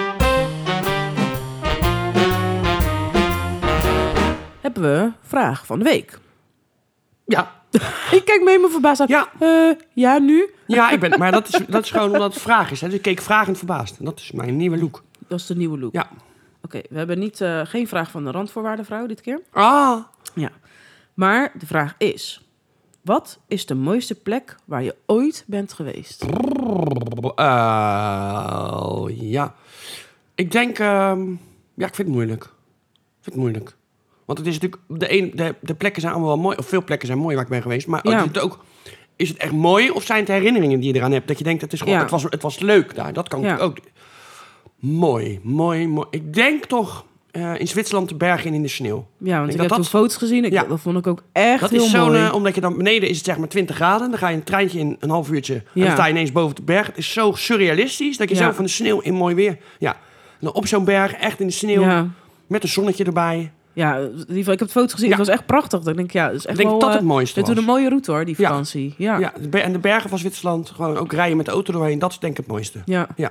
Hebben we vraag van de week. Ja. Ik kijk mee me verbaasd aan. Ja. Uh, ja, nu? Ja, ik ben, maar dat is, dat is gewoon omdat het vraag is. Hè. Dus ik keek vragend verbaasd. En dat is mijn nieuwe look. Dat is de nieuwe look. Ja. Oké, okay, we hebben niet, uh, geen vraag van de randvoorwaardenvrouw dit keer. Ah. Ja. Maar de vraag is... wat is de mooiste plek waar je ooit bent geweest? Uh, ja. Ik denk... Uh, ja, ik vind het moeilijk. Ik vind het moeilijk. Want het is natuurlijk... De, een, de, de plekken zijn allemaal wel mooi. Of veel plekken zijn mooi waar ik ben geweest. Maar ja. het ook... Is het echt mooi of zijn het herinneringen die je eraan hebt? Dat je denkt, het, is gewoon, ja. het, was, het was leuk daar. Dat kan ja. natuurlijk ook... Mooi, mooi, mooi. Ik denk toch... uh, in Zwitserland de bergen in in de sneeuw. Ja, want Ik ik, dat heb dat- toen foto's gezien. Ik, Ja. Dat vond ik ook echt Dat heel is zo'n, mooi. uh, omdat je dan beneden is het zeg maar twintig graden. Dan ga je een treintje in een half uurtje. En Ja. dan sta je ineens boven de berg. Het is zo surrealistisch dat je Ja. zo van de sneeuw in mooi weer. Ja. En dan op zo'n berg, echt in de sneeuw. ja. Met een zonnetje erbij. Ja, in ieder geval, ik heb foto's gezien. Ja. Het was echt prachtig. Ik denk, ja, dat is echt Ik denk wel... dat eh, het mooiste dit was. doet een mooie route hoor, die Ja. vakantie. Ja. Ja, de ber- en de bergen van Zwitserland. Gewoon ook rijden met de auto doorheen. Dat is denk ik het mooiste. Ja. Ja.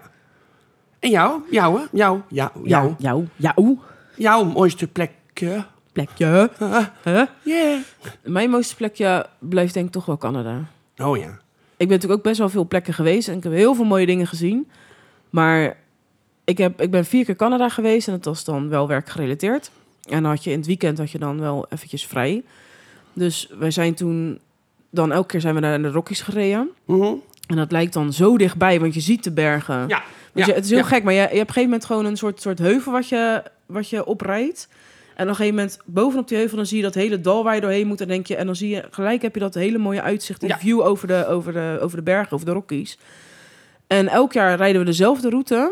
En jou? Jou, hè? Jou? Ja, jou. Ja, jou. Ja, oeh. Jouw mooiste plekje? Plekje. Uh, Huh? yeah. Mijn mooiste plekje blijft denk ik toch wel Canada. Oh ja. Ik ben natuurlijk ook best wel veel plekken geweest. En ik heb heel veel mooie dingen gezien. Maar ik, heb, ik ben vier keer Canada geweest. En dat was dan wel werkgerelateerd. En dan had je in het weekend had je dan wel eventjes vrij. Dus wij zijn toen... Dan elke keer zijn we naar de Rockies gereden. Mhm. En dat lijkt dan zo dichtbij, want je ziet de bergen. Ja. Dus ja. je, het is heel ja. gek, maar je, je hebt op een gegeven moment gewoon een soort, soort heuvel wat je, wat je oprijdt. En op een gegeven moment bovenop die heuvel, dan zie je dat hele dal waar je doorheen moet. En denk je, en dan zie je gelijk heb je dat hele mooie uitzicht, die Ja. view over de, over, de, over de bergen, over de Rockies. En elk jaar rijden we dezelfde route.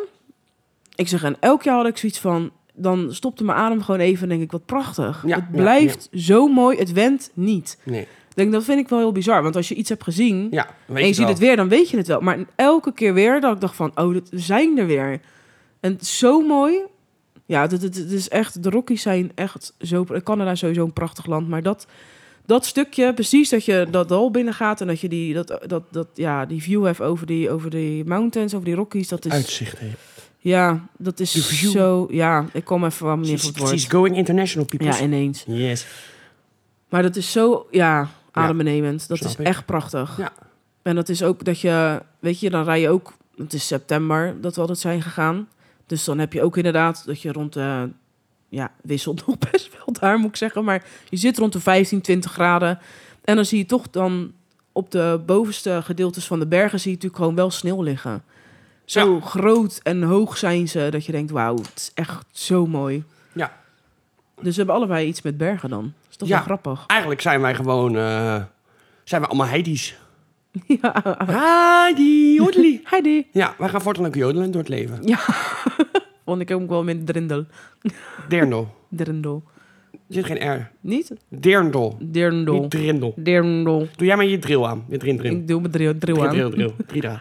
Ik zeg, en elk jaar had ik zoiets van, dan stopte mijn adem gewoon even en denk ik, wat prachtig. Ja, het ja, blijft zo mooi, het wendt niet. Nee. Ik denk, dat vind ik wel heel bizar, want als je iets hebt gezien... Ja, weet en je ziet wel. het weer, dan weet je het wel. Maar elke keer weer dat ik dacht van, oh, dat we zijn er weer. En het is zo mooi. Ja, het, het, het is echt, de Rockies zijn echt zo... Canada is sowieso een prachtig land, maar dat, dat stukje, precies dat je dat dal binnen gaat en dat je die, dat, dat, dat, ja, die view hebt over die, over die mountains, over die Rockies, dat is... Uitzicht heeft. Ja, dat is De view. zo... Ja, ik kom even wat meer She's, voor het woord. she's going international, people. Ja, ineens. Yes. Maar dat is zo, ja, adembenemend. Dat snap is ik. echt prachtig. Ja. En dat is ook dat je, weet je, dan rij je ook, het is september dat we altijd zijn gegaan. Dus dan heb je ook inderdaad dat je rond de, ja, wisselt nog best wel daar moet ik zeggen. Maar je zit rond de vijftien, twintig graden. En dan zie je toch dan op de bovenste gedeeltes van de bergen zie je natuurlijk gewoon wel sneeuw liggen. Zo Ja. groot en hoog zijn ze dat je denkt, wauw, het is echt zo mooi. Ja. Dus we hebben allebei iets met bergen dan. Dat is toch Ja. wel grappig. Eigenlijk zijn wij gewoon... eh, zijn we allemaal Heidi's. Ja. Heidi, jodeli. Heidi. Ja, wij gaan voortaan ook jodelen door het leven. Vond ik ook wel met drindel. Deerndel. Drindel. Er zit geen R. Niet? Deerndel. Dirndl. Niet drindel. Dirndl. Doe jij maar je drill aan. Je drin, drin. Ik doe mijn drill, drill Drill, aan. drill, drill. Drida.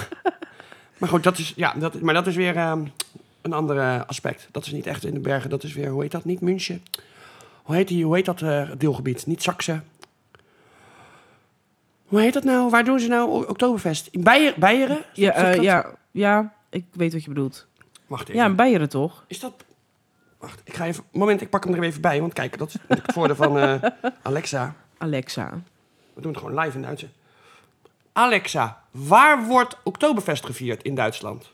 Maar goed, dat is, ja, dat, maar dat is weer ehm, een ander eh, aspect. Dat is niet echt in de bergen. Dat is weer, hoe heet dat? Niet München. Hoe heet, die, hoe heet dat eh, deelgebied? Niet Saxe. Hoe heet dat nou? Waar doen ze nou o- Oktoberfest? In Beieren? Beieren? Ja, Zeg ik eh, dat? ja, ja, ik weet wat je bedoelt. Wacht even. Ja, in Beieren toch? Is dat... Wacht, ik ga even... Moment, ik pak hem er even bij. Want kijk, dat is het voordeel van eh, Alexa. Alexa. We doen het gewoon live in Duits. Alexa, waar wordt Oktoberfest gevierd in Duitsland?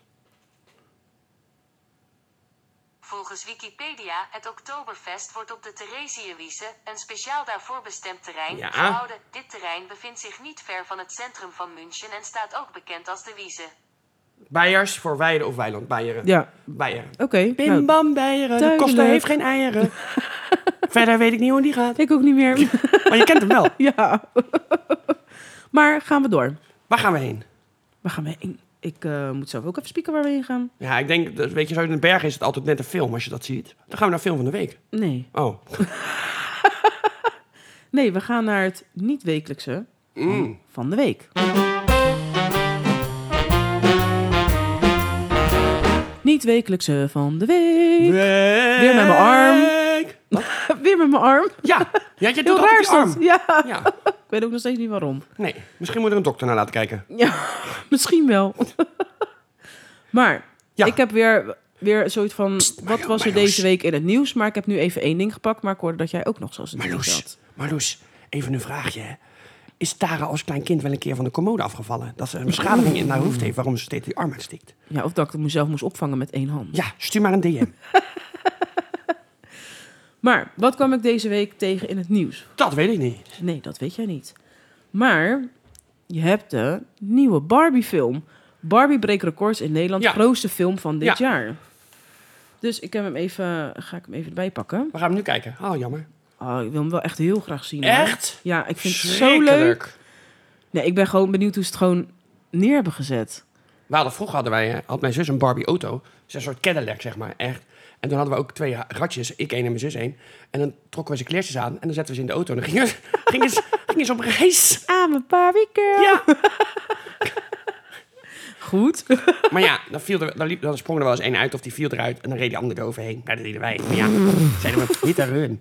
Volgens Wikipedia, het Oktoberfest wordt op de Theresienwiese, een speciaal daarvoor bestemd terrein, Ja. gehouden. Dit terrein bevindt zich niet ver van het centrum van München en staat ook bekend als de Wiese. Beiers voor weide of weiland. Beieren. Ja, Beieren. oké. Bim nou, bam Beieren. De duidelijk. koster heeft geen eieren. Verder weet ik niet hoe die gaat. ik ook niet meer. Maar je kent hem wel. ja. maar gaan we door. Waar gaan we heen? Waar gaan we heen? Ik eh, moet zelf ook even spieken waar we heen gaan. Ja, ik denk, dat, weet je, zo in de bergen is het altijd net een film als je dat ziet. Dan gaan we naar film van de week. Nee. Oh. Nee, we gaan naar het niet-wekelijkse Mm. van de week. Niet-wekelijkse van de week. Weer met mijn arm. Wat? Weer met mijn arm. Ja, ja je doet Heel altijd raar je is dat. arm. Ja. Ja. Ik weet ook nog steeds niet waarom. Nee, misschien moet er een dokter naar laten kijken. Ja, misschien wel. maar Ja. ik heb weer, weer zoiets van... wat Marlo, was er Marloes. deze week in het nieuws? Maar ik heb nu even één ding gepakt. Maar ik hoorde dat jij ook nog zoals een ding Marloes, had. Marloes, even een vraagje. hè. Is Tara als klein kind wel een keer van de commode afgevallen? Dat ze een beschadiging in haar hoofd heeft waarom ze steeds die arm uitsteekt? Ja, of dat ik mezelf moest opvangen met één hand. Ja, stuur maar een D M. Maar wat kwam ik deze week tegen in het nieuws? Dat weet ik niet. Nee, dat weet jij niet. Maar je hebt de nieuwe Barbie-film. Barbie breekt records in Nederland. Ja. Grootste film van dit Ja. jaar. Dus ik heb hem even, ga ik hem even erbij pakken. We gaan hem nu kijken. Oh, jammer. Oh, ik wil hem wel echt heel graag zien. hoor. Echt? Ja, ik vind het zo leuk. Schrikkelijk. Nee, ik ben gewoon benieuwd hoe ze het gewoon neer hebben gezet. We hadden, vroeger hadden wij, eh, had mijn zus een Barbie auto. Het is een soort Cadillac, zeg maar. Echt. En En toen hadden we ook twee ratjes, ik één en mijn zus één. En dan trokken we ze kleertjes aan en dan zetten we ze in de auto. En dan gingen, gingen, ze, gingen ze op reis. I'm a Barbie girl. Ja. Goed. Maar ja, dan, viel er, dan, liep, dan sprong er wel eens één uit of die viel eruit. En dan reed die andere eroverheen. Ja, dat deden wij. Maar ja, zeiden we, niet aan hun.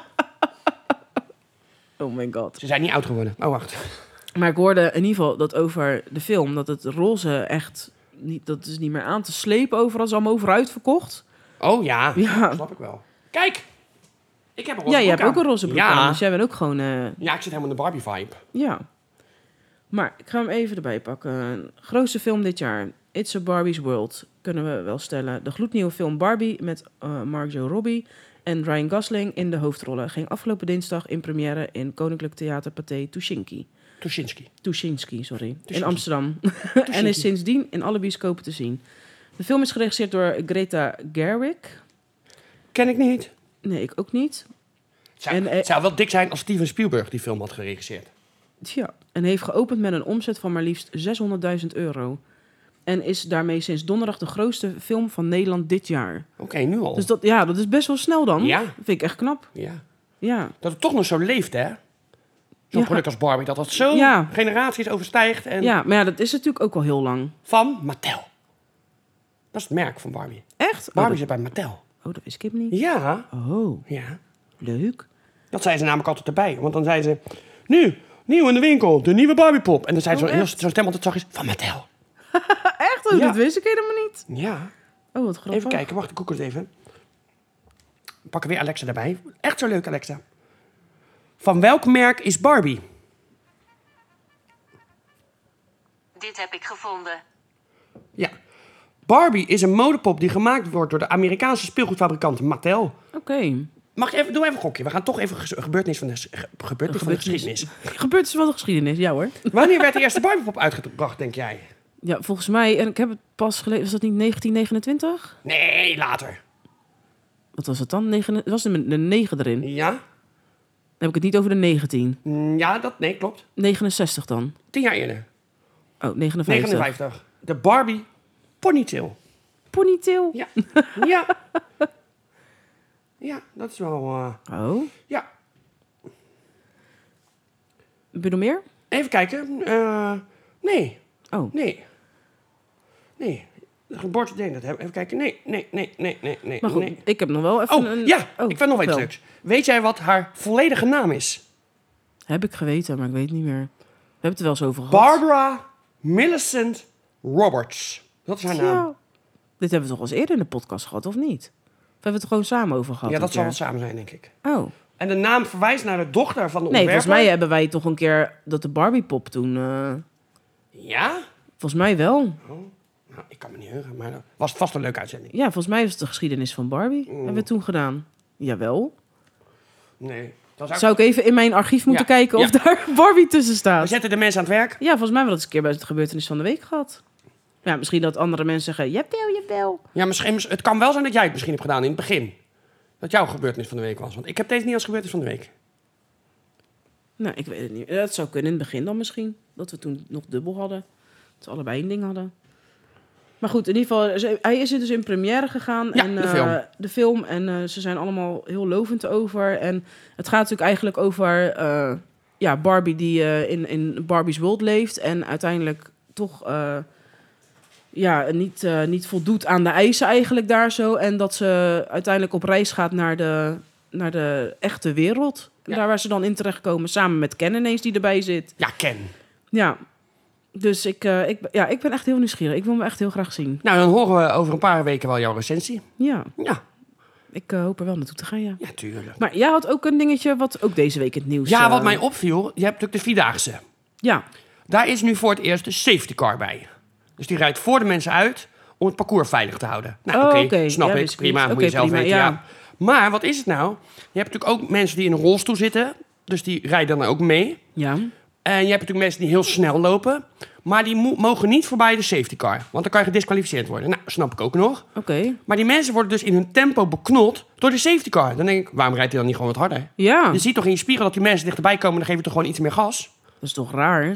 Oh my god. Ze zijn niet oud geworden. Oh, wacht. Maar ik hoorde in ieder geval dat over de film, dat het roze echt, niet, dat is niet meer aan te slepen overal. Dat is allemaal over uitverkocht. Oh ja, Ja. dat snap ik wel. Kijk, ik heb een roze Ja, je broek hebt ook aan. een roze broek ja. aan. Dus jij bent ook gewoon... eh, Ja, ik zit helemaal in de Barbie-vibe. ja. Maar ik ga hem even erbij pakken. Grootste film dit jaar. It's a Barbie's World. Kunnen we wel stellen. De gloednieuwe film Barbie met uh, Margot Robbie en Ryan Gosling in de hoofdrollen. Ging afgelopen dinsdag in première in Koninklijk Theater Pathé Tuschinski. Tuschinski. Tuschinski, sorry. Tuschinski. In Amsterdam. En is sindsdien in alle bioscopen te zien. De film is geregisseerd door Greta Gerwig. Ken ik niet. Nee, ik ook niet. Het zou, En, eh, het zou wel dik zijn als Steven Spielberg die film had geregisseerd. Ja, en heeft geopend met een omzet van maar liefst zeshonderdduizend euro. En is daarmee sinds donderdag de grootste film van Nederland dit jaar. Oké, nu al. Dus dat, ja, dat is best wel snel dan. Ja. Dat vind ik echt knap. Ja. Ja. Dat het toch nog zo leeft, hè? Zo'n Ja. product als Barbie, dat dat zo Ja. generaties overstijgt. En ja, maar ja, dat is natuurlijk ook al heel lang. van Mattel. Dat is het merk van Barbie. Echt? Oh, Barbie dat, zit bij Mattel. oh, dat wist ik hem niet. Ja, Oh, ja. leuk. Dat zei ze namelijk altijd erbij. Want dan zei ze, nu, nieuw in de winkel, de nieuwe Barbiepop. En dan zei ze Oh, zo, heel, echt? zo'n stem altijd zachtjes, van Mattel. Echt? Oh, Ja. dat wist ik helemaal niet. Ja, Oh, wat grappig. even kijken, wacht, ik koek het even. We pakken weer Alexa erbij. Echt zo leuk, Alexa. Van welk merk is Barbie? Dit heb ik gevonden. Ja. Barbie is een modepop die gemaakt wordt door de Amerikaanse speelgoedfabrikant Mattel. Oké. Mag ik even, doe even een gokje. We gaan toch even ge- gebeurtenis van de, ge- gebeurtenis van de geschiedenis. Gebeurt is wel de geschiedenis, ja hoor. Wanneer werd de eerste Barbiepop uitgebracht, denk jij? Ja, volgens mij, en ik heb het pas gelezen, was dat niet negentien negenentwintig? Nee, later. Wat was het dan? Negen, was er de negen erin? Ja? Dan heb ik het niet over de negentien. Mm, Ja, dat, nee, klopt. negenenzestig dan. Tien jaar eerder. Oh, negenenvijftig. negenenvijftig. De Barbie ponytail. Ponytail. Ja. Ja. Ja, dat is wel... eh, Oh. ja. Heb je nog meer? Even kijken. Eh, nee. Oh. Nee. Nee. De geboorte deed dat. Even kijken. Nee, nee, nee, nee, nee, nee. Maar goed, nee. ik heb nog wel even Oh, een... ja. Oh, ik weet nog wel iets wel. leuks. Weet jij wat haar volledige naam is? Heb ik geweten, maar ik weet het niet meer. We hebben het er wel eens over gehad. Barbara Millicent Roberts. Dat is haar naam. Ja. Dit hebben we toch al eens eerder in de podcast gehad, of niet? Of hebben we het er gewoon samen over gehad? Ja, dat een zal wel keer? samen zijn, denk ik. Oh. En de naam verwijst naar de dochter van de Nee, ontwerper. volgens mij hebben wij toch een keer dat de Barbie-pop toen... eh, Ja? volgens mij wel. Nou, ik kan me niet heugen, maar dat was vast een leuke uitzending. Ja, volgens mij is het de geschiedenis van Barbie. Mm. Hebben we toen gedaan. Jawel. Nee. Dat is Zou ik even in mijn archief moeten Ja, kijken of ja. daar Barbie tussen We staat? zetten de mensen aan het werk. Ja, volgens mij hebben we dat eens een keer bij het gebeurtenis van de week gehad. Ja, misschien dat andere mensen zeggen, jawel, jawel. Ja, misschien, het kan wel zijn dat jij het misschien hebt gedaan in het begin. Dat jouw gebeurtenis van de week was. Want ik heb deze niet als gebeurtenis van de week. Nou, ik weet het niet. Dat zou kunnen in het begin dan misschien. Dat we toen nog dubbel hadden. Dat we allebei een ding hadden. Maar goed, in ieder geval, ze- hij is er dus in première gegaan. Ja, en, de eh, film. de film. En eh, ze zijn allemaal heel lovend over. En het gaat natuurlijk eigenlijk over eh, ja, Barbie die eh, in, in Barbie's World leeft. En uiteindelijk toch eh, ja, niet, eh, niet voldoet aan de eisen eigenlijk daar zo. En dat ze uiteindelijk op reis gaat naar de, naar de echte wereld. Ja. Daar waar ze dan in terechtkomen, samen met Ken ineens die erbij zit. Ja, Ken. Ja, dus ik, eh, ik, ja, ik ben echt heel nieuwsgierig. Ik wil hem echt heel graag zien. Nou, dan horen we over een paar weken wel jouw recensie. Ja, Ja, ik eh, hoop er wel naartoe te gaan, ja. ja, tuurlijk. Maar jij had ook een dingetje wat ook deze week in het nieuws... Ja, eh, wat mij opviel, je hebt natuurlijk de Vierdaagse. Ja, Daar is nu voor het eerst de safety car bij. Dus die rijdt voor de mensen uit om het parcours veilig te houden. Nou, Oh, oké, oké. snap Ja, ik. wist ik Prima, niet. moet Oké, je zelf prima, weten, ja. ja. Maar wat is het nou? Je hebt natuurlijk ook mensen die in een rolstoel zitten. Dus die rijden dan ook mee. ja. En je hebt natuurlijk mensen die heel snel lopen. Maar die mo- mogen niet voorbij de safety car. Want dan kan je gedisqualificeerd worden. Nou, snap ik ook nog. Oké. Maar die mensen worden dus in hun tempo beknot door de safety car. Dan denk ik, waarom rijdt hij dan niet gewoon wat harder? Ja, Je ziet toch in je spiegel dat die mensen dichterbij komen... dan geven we toch gewoon iets meer gas? dat is toch raar? Ja,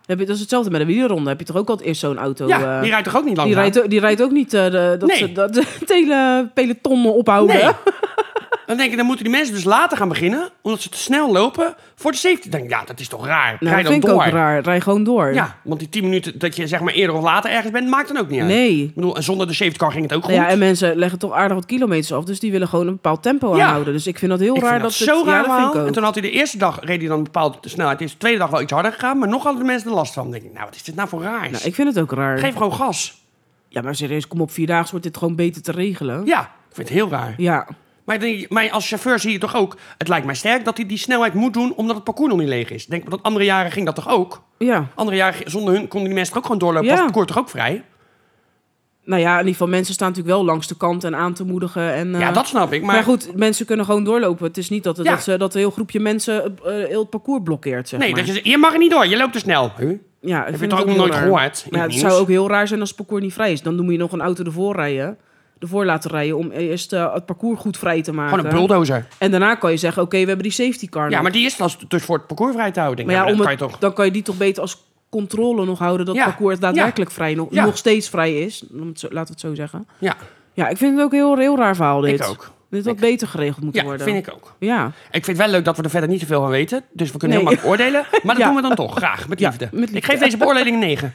Heb je, dat is hetzelfde met de wielerronde. Heb je toch ook altijd eerst zo'n auto? Ja, uh, die rijdt toch ook niet die langzaam? rijdt, die rijdt ook niet uh, de, dat Nee. ze dat, het hele peloton ophouden. Nee. Dan denk ik, dan moeten die mensen dus later gaan beginnen, omdat ze te snel lopen voor de safety. Dan denk ik, ja, dat is toch raar. Nou, Rij dat dan vind ik door. ook raar. Rij gewoon door. Ja, want die tien minuten dat je zeg maar eerder of later ergens bent, maakt dan ook niet uit. Nee. Ik bedoel, en zonder de safety car ging het ook goed. Ja, en mensen leggen toch aardig wat kilometers af, dus die willen gewoon een bepaald tempo Ja. aanhouden. Dus ik vind dat heel Ik raar vind dat dat het, zo ja, raar dat vind verhaal. ik ook. En toen had hij de eerste dag, reed hij dan een bepaalde snelheid. Is de tweede dag wel iets harder gegaan, maar nog hadden de mensen er last van. Dan denk ik, nou, wat is dit nou voor raars? Nou, ik vind het ook raar. Geef gewoon gas. Ja, maar serieus, kom op, vierdaagse wordt dit gewoon beter te regelen. Ja, ik vind het heel raar. Ja. Maar, dan denk ik, maar als chauffeur zie je toch ook, het lijkt mij sterk dat hij die snelheid moet doen omdat het parcours nog niet leeg is. Ik denk dat andere jaren ging dat toch ook? Ja. Andere jaren zonder hun konden die mensen toch ook gewoon doorlopen. Ja. Was het parcours toch ook vrij? Nou ja, in ieder geval, mensen staan natuurlijk wel langs de kant en aan te moedigen. En, uh, Ja, dat snap ik. Maar, Maar goed, mensen kunnen gewoon doorlopen. Het is niet dat, het, Ja. dat, ze, dat een heel groepje mensen uh, heel het parcours blokkeert, zeg nee, maar. dat je zegt, je mag er niet door, je loopt te snel. Huh? Ja, ik Heb je vind toch het ook nog heel nooit raar. gehoord? in Maar ja, het het nieuws? zou ook heel raar zijn als het parcours niet vrij is. Dan moet je nog een auto ervoor rijden. Ervoor laten rijden om eerst uh, het parcours goed vrij te maken. Gewoon een bulldozer. En daarna kan je zeggen, oké, we hebben die safety car Ja, nog. maar die is dan dus voor het parcours vrij te houden. Maar Denk ja, ik. om Nou, het, dat kan je toch... dan kan je die toch beter als controle nog houden... dat Ja. het parcours daadwerkelijk vrij nog, Ja. nog steeds vrij is. Om het zo, laten we het zo zeggen. Ja, Ja, ik vind het ook een heel, heel raar verhaal, dit. ik ook. Dit had beter geregeld moeten Ja, worden. vind ik ook. Ja, Ik vind het wel leuk dat we er verder niet zoveel van weten. Dus we kunnen Nee. heel makkelijk oordelen. Maar dat Ja. doen we dan toch, graag, met Ja, liefde. met liefde. Ik geef deze beoordeling een negen.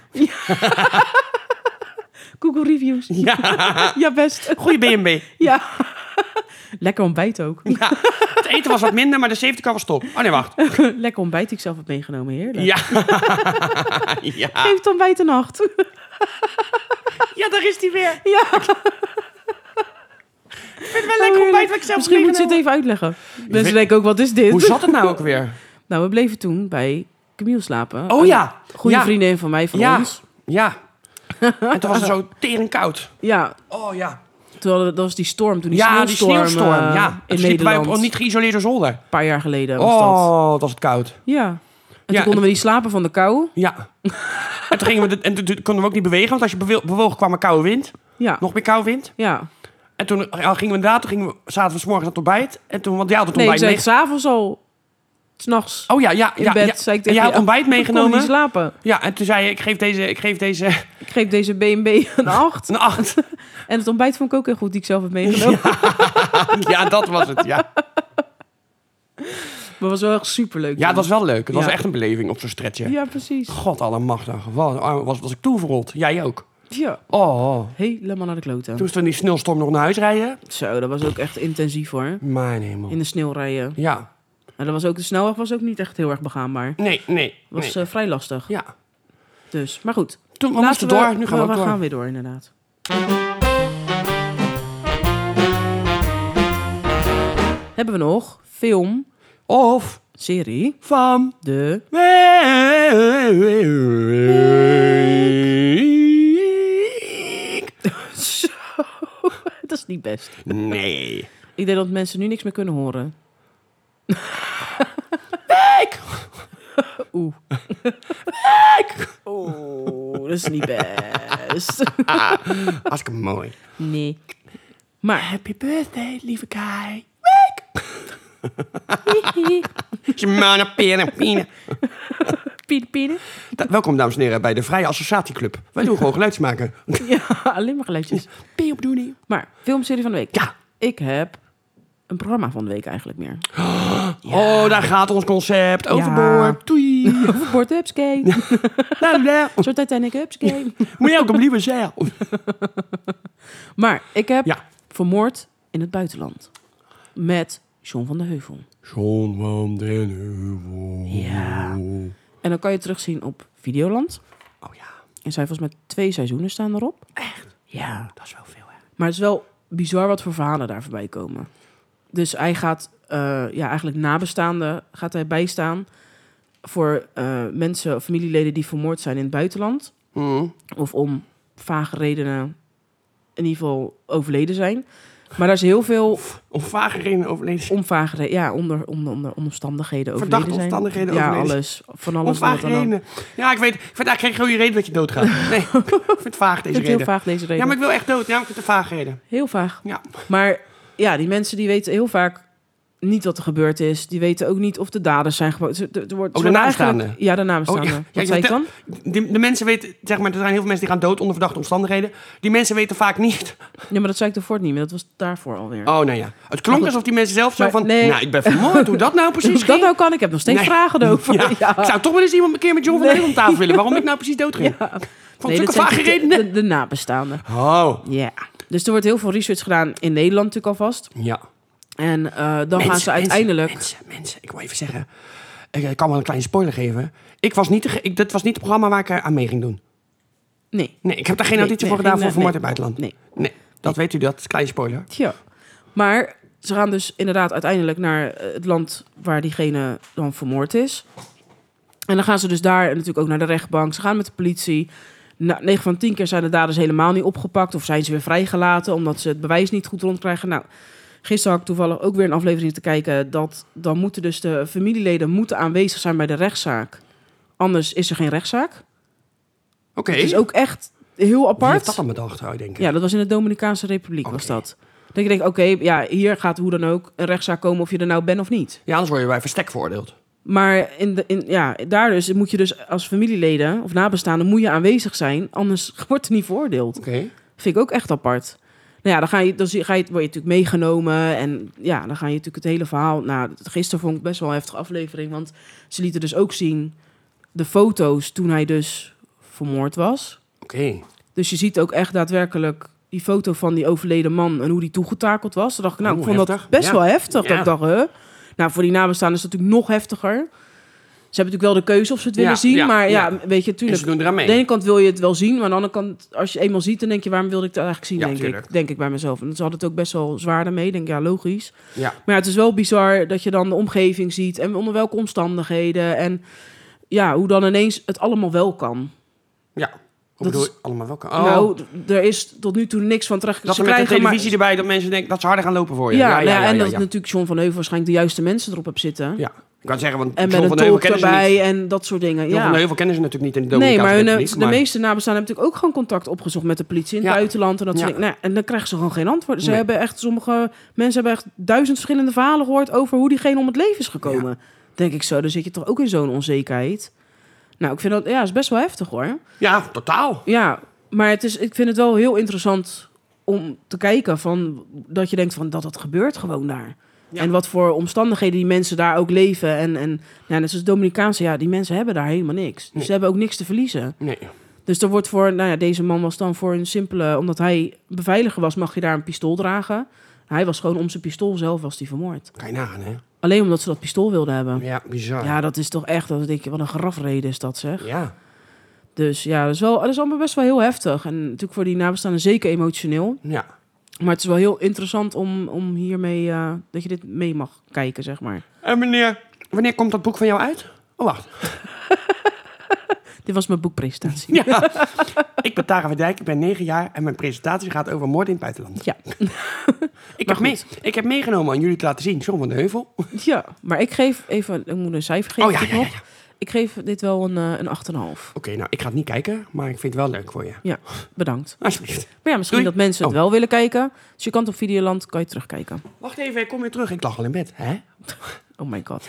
Google reviews. Ja, Ja, best. goede B en B. Ja. Lekker ontbijt ook. Ja, het eten was wat minder, maar de safety car was top. Oh nee, wacht. Lekker ontbijt die ik zelf heb meegenomen, heerlijk. Ja. Ja. Geef het ontbijt een acht. Ja, daar is hij weer. Ja. Ik vind het wel lekker ontbijt wat ik zelf Misschien moet je het meegenomen. even uitleggen. Mensen weet- denken ook, wat is dit? Hoe zat het nou ook weer? Nou, we bleven toen bij Camille slapen. Oh Een ja. Goede Ja. vriendin van mij, van Ja. ons. Ja. En toen was het zo tering koud. Ja, Oh ja. toen hadden we, dat was die storm, toen die Ja, die sneeuwstorm, sneeuwstorm. eh, Ja. in En toen sliepen wij op Nederland. een niet geïsoleerde zolder. Een paar jaar geleden was dat. Oh, dat was het koud. Ja. En Ja, toen konden en- we niet slapen van de kou. Ja. En toen, gingen we de, en toen, toen konden we ook niet bewegen, want als je bewe- bewoog kwam er koude wind. Ja. Nog meer koude wind. Ja. En toen ja, gingen we inderdaad, toen gingen we, zaten we 's morgens aan het ontbijt. En toen, want jij had het Nee, ik ontbijt zei mee. het s'avonds al. S'nachts. Oh ja, ja, in ja. bed. ja. Zei ik En jij had tegen ontbijt je, "Ah, ik kon meegenomen. niet slapen. Ja, en toen zei je, ik geef deze, ik geef deze Ik geef deze B en B een acht. een acht. En het ontbijt vond ik ook heel goed, die ik zelf heb meegenomen. Ja, dat was het, ja. Maar het was wel echt superleuk. Ja, het was wel leuk. Het was Ja. echt een beleving op zo'n stretchje. Ja, precies. God allemachtig. Wat was, was ik toeverrot. Jij ook. Ja. Oh, Helemaal naar de kloten. toen we in die sneeuwstorm nog naar huis rijden. Zo, dat was ook echt intensief hoor. Mijn hemel. In de sneeuw rijden. Ja. En dat was ook, de snelweg was ook niet echt heel erg begaanbaar. Het Nee, nee. was nee. eh, vrij lastig. Ja. Dus, maar goed. Toen we Laten moesten door. Nu gaan we ook we door. gaan weer door, inderdaad. Hebben we nog film, Of serie, van... de... Zo, dat is niet best. Nee. Ik denk dat mensen nu niks meer kunnen horen. Week! Oeh. Oeh, dat is niet best. Hartstikke mooi. Nee. Maar, Happy birthday, lieve Kai. hihi, Shimana, pina, pina. piene, piene. Da- Welkom, dames en heren, bij de Vrije Associatieclub. Wij doen gewoon geluidjes maken. Ja, alleen maar geluidjes. Pie op doenie. Maar, filmserie van de week. Ja. Ik heb een programma van de week eigenlijk meer. Oh, daar gaat ons concept. Overboord. Doei. Overboord upskate. La, la. Zo Titanic upskate. Moet je ook op lieve zeil. Maar, ik heb Ja. Vermoord in het buitenland. Met John van de Heuvel. John van den Heuvel. Ja. En dan kan je terugzien op Videoland. Oh ja, Er zijn volgens mij twee seizoenen staan erop. echt. Ja. Dat is wel veel, hè. Maar het is wel bizar wat voor verhalen daar voorbij komen. Dus hij gaat, uh, ja, eigenlijk nabestaanden gaat hij bijstaan voor uh, mensen, familieleden die vermoord zijn in het buitenland. Mm. Of om vage redenen in ieder geval overleden zijn. Maar daar is heel veel Om vage redenen overleden. om vage redenen, ja, onder, onder, onder omstandigheden overleden Verdachte zijn. omstandigheden ja, overleden. alles. Van Om alles. vage wat dan ook. redenen. Ja, ik weet, ik vind eigenlijk geen goede reden dat je doodgaat. Nee, ik vind het vaag, Ik deze vind het heel reden. vaag, deze reden. Ja, maar ik wil echt dood. Ja, maar ik vind het een vage reden. Heel vaag. Ja. Maar ja, die mensen die weten heel vaak niet wat er gebeurd is. Die weten ook niet of de daders zijn gewoon... Er, er wordt, Oh, ze de worden nabestaanden? eigenlijk- Ja, de nabestaanden. Oh, ja. Wat Ja, zei ik je dan? De, de mensen weten, zeg maar, er zijn heel veel mensen die gaan dood onder verdachte omstandigheden. Die mensen weten vaak niet. Ja, maar dat zei ik ervoor niet meer. Dat was daarvoor alweer. Oh, nou ja. Het klonk goed. alsof die mensen zelf zo Maar van... nee. Nou, ik ben vermoord. Hoe dat nou precies Hoe dat ging? nou kan, ik heb nog steeds Nee. vragen over. Ja. Ja. Ik zou toch wel eens iemand een keer met John van Nee. Heuvel om tafel willen. Waarom ik nou precies dood ging. Ja. Van Nee, zulke dat zijn vage de, redenen. de, de nabestaanden. Oh. Ja. Dus er wordt heel veel research gedaan in Nederland natuurlijk alvast. Ja. En uh, dan gaan Mensen, ze uiteindelijk... Mensen, mensen, mensen, ik wil even zeggen. Ik, ik kan wel een kleine spoiler geven. Ik was niet de, ge- ik, dit was niet het programma waar ik uh, aan mee ging doen. Nee. Nee, ik heb daar geen Nee, notitie nee, voor gedaan geen, voor nee. Vermoord in het buitenland. Nee. Nee, dat weet u, dat is een kleine spoiler. Ja. Maar ze gaan dus inderdaad uiteindelijk naar uh, het land waar diegene dan vermoord is. En dan gaan ze dus daar natuurlijk ook naar de rechtbank. Ze gaan met de politie. Nou, negen van tien keer zijn de daders helemaal niet opgepakt. Of zijn ze weer vrijgelaten omdat ze het bewijs niet goed rondkrijgen. Nou, gisteren had ik toevallig ook weer een aflevering te kijken. Dat dan moeten dus de familieleden moeten aanwezig zijn bij de rechtszaak. Anders is er geen rechtszaak. Oké. Het is ook echt heel Wie heeft apart. dat dan bedacht, zou je denken? Ja, dat was in de Dominicaanse Republiek was Oké. dat. Dat je denkt, oké, ja, hier gaat hoe dan ook een rechtszaak komen of je er nou bent of niet. Ja, anders word je bij verstek veroordeeld. Maar in de, in, ja, daar dus moet je dus als familieleden of nabestaanden moet je aanwezig zijn, anders wordt er niet veroordeeld. Oké. Vind ik ook echt apart. Nou ja, dan, ga je, dan zie- ga je, word je natuurlijk meegenomen en ja, dan ga je natuurlijk het hele verhaal... Nou, gisteren vond ik best wel een heftige aflevering, want ze lieten dus ook zien de foto's toen hij dus vermoord was. Oké. Dus je ziet ook echt daadwerkelijk die foto van die overleden man en hoe die toegetakeld was. Toen dacht ik, nou, Oh, ik vond dat heftig. best Ja. wel heftig. Ja. Dat ik dacht, huh? Nou, voor die nabestaanden is het natuurlijk nog heftiger. Ze hebben natuurlijk wel de keuze of ze het willen Ja, zien. ja, maar ja, ja. weet je, En tuurlijk. ze doen eraan mee. Aan de ene kant wil je het wel zien, maar aan de andere kant, als je eenmaal ziet, dan denk je, waarom wilde ik dat eigenlijk zien, Ja, denk tuurlijk. ik. Denk ik bij mezelf. En ze hadden het ook best wel zwaar daarmee. Ik denk, ja, logisch. Ja. Maar ja, het is wel bizar dat je dan de omgeving ziet en onder welke omstandigheden. En ja, hoe dan ineens het allemaal wel kan. Ja. Hoe Dat bedoel is- je? Allemaal welke? Oh. Nou, d- er is tot nu toe niks van terecht. dat ze er met de krijgen maar- televisie erbij dat mensen denken dat ze harder gaan lopen voor je. Ja, nou ja, en dat ja. natuurlijk John van Heuvel waarschijnlijk de juiste mensen erop hebt zitten. Ja. Ik kan zeggen, want En John met van een Heuvel tolk kennen ze niet. erbij en dat soort dingen. John Ja. van de Heuvel kennen ze natuurlijk niet in de Nee, Dominicaanse maar hun, Republiek. de maar- meeste nabestaanden hebben natuurlijk ook gewoon contact opgezocht met de politie in het Ja. buitenland. En, dat soort Ja. dingen. Nou, en dan krijgen ze gewoon geen antwoord. Ze Nee. hebben echt, sommige mensen hebben echt duizend verschillende verhalen gehoord over hoe diegene om het leven is gekomen. Denk ik zo. Dan zit je toch ook in zo'n onzekerheid. Nou, ik vind dat, ja, is best wel heftig hoor. Ja, totaal. Ja, maar het is, ik vind het wel heel interessant om te kijken van dat je denkt van dat dat gebeurt gewoon daar. Ja. En wat voor omstandigheden die mensen daar ook leven. En, en ja, net zoals Dominicaanse, ja, die mensen hebben daar helemaal niks. Dus Nee. ze hebben ook niks te verliezen. Nee. Dus er wordt voor, nou ja, deze man was dan voor een simpele, omdat hij beveiliger was, mag je daar een pistool dragen. Hij was gewoon om zijn pistool zelf was hij vermoord. Kan je nagaan, hè? Alleen omdat ze dat pistool wilden hebben. Ja, bizar. Ja, dat is toch echt, dat denk je, wat een grafreden is dat zeg. Ja. Dus ja, dat is, wel, dat is allemaal best wel heel heftig. En natuurlijk voor die nabestaanden zeker emotioneel. Ja. Maar het is wel heel interessant om, om hiermee, eh, dat je dit mee mag kijken, zeg maar. En meneer, wanneer komt dat boek van jou uit? Oh, wacht. Dit was mijn boekpresentatie. Ja. Ik ben Tara van Dijk, ik ben negen jaar en mijn presentatie gaat over moord in het buitenland. Ja. Ik, Maar heb, mee, goed. ik heb meegenomen aan jullie te laten zien, John van de Heuvel. Ja, maar ik geef even, ik moet een cijfer geven Oh ja, natuurlijk ja, ja, nog. Ik geef dit wel een, eh, een acht komma vijf. Oké, nou, ik ga het niet kijken, maar ik vind het wel leuk voor je. Ja, bedankt. Alsjeblieft. Maar ja, misschien Doei. dat mensen het Oh. wel willen kijken. Dus je kan het op Videoland, kan je terugkijken. Wacht even, ik kom weer terug. Ik lag al in bed. Hè? Oh my god.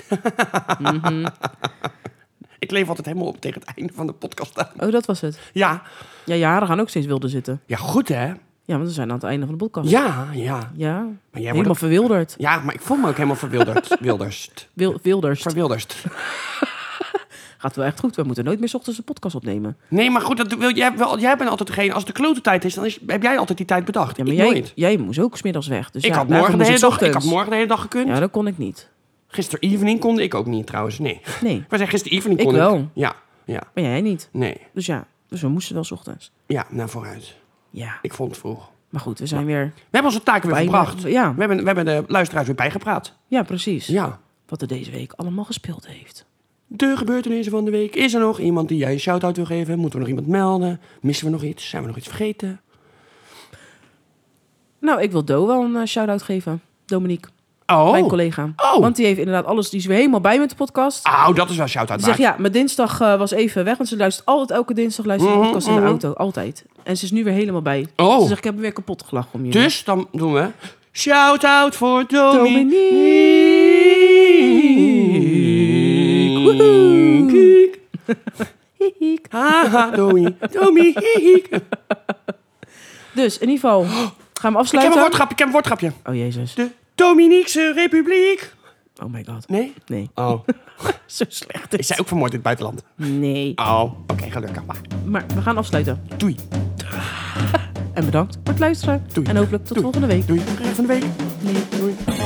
Ik leef altijd helemaal op tegen het einde van de podcast aan. Oh, dat was het. Ja, Ja, je haren gaan ook steeds wilder zitten. ja goed hè? Ja, want we zijn aan het einde van de podcast. Ja, ja. Ja, Maar jij helemaal wordt ook- verwilderd. Ja, maar ik voel me ook helemaal verwilderd. Wilderst. Wil, wilderst. Verwilderst. Gaat wel echt goed. We moeten nooit meer 's ochtends een podcast opnemen. Nee, maar goed, dat wil, jij, wel, jij bent altijd degene, als het de klote tijd is, dan is, heb jij altijd die tijd bedacht. Ja, maar ik jij, nooit. jij moest ook 's middags weg. Dus Ik, ja, had daarvoor morgen de moest hele ik dag, ik had 's ochtends. morgen de hele dag gekund. Ja, dat kon ik niet. Gisteren evening kon ik ook niet trouwens, nee. Nee, We zeggen gisteren evening Ik kon wel. Ja, ja, maar jij niet. nee. Dus ja, dus we moesten wel 's ochtends. Ja, nou vooruit. Ja, Ik vond het vroeg. maar goed, we zijn weer... We hebben onze taken weer bijna- verbracht. Ja, We hebben, we hebben de luisteraars weer bijgepraat. ja, precies. Ja. Wat er deze week allemaal gespeeld heeft. De gebeurtenissen van de week. Is er nog iemand die jij een shout-out wil geven? Moeten we nog iemand melden? Missen we nog iets? Zijn we nog iets vergeten? Nou, ik wil Do wel een eh, shout-out geven. Dominique, Oh, mijn collega. Oh. Want die heeft inderdaad alles... Die is weer helemaal bij met de podcast. oh dat is wel shout-out Die zegt, waard. ja, mijn dinsdag eh, was even weg. Want ze luistert altijd, elke dinsdag luistert de Mhm, podcast in de mhm. auto. Altijd. En ze is nu weer helemaal bij. Oh. Ze zegt, ik heb me weer kapot gelachen om jullie. Dus dan doen we shout-out voor Dominique. Dominique. Kiek. Haha, Domi. Domi, hiek. Dus in ieder geval gaan we Ik heb afsluiten. een woordgrapje, ik heb een woordgrapje. Oh jezus. De Dominiekse Republiek. Oh my god. Nee? Nee. Oh. Zo slecht is Is zij ook vermoord in het buitenland? Nee. Oh, oké, okay, gelukkig maar. Maar we gaan afsluiten. Doei. En bedankt voor het luisteren. Doei. En hopelijk tot Doei. volgende week. Doei. Tot volgende week. Nee. Doei.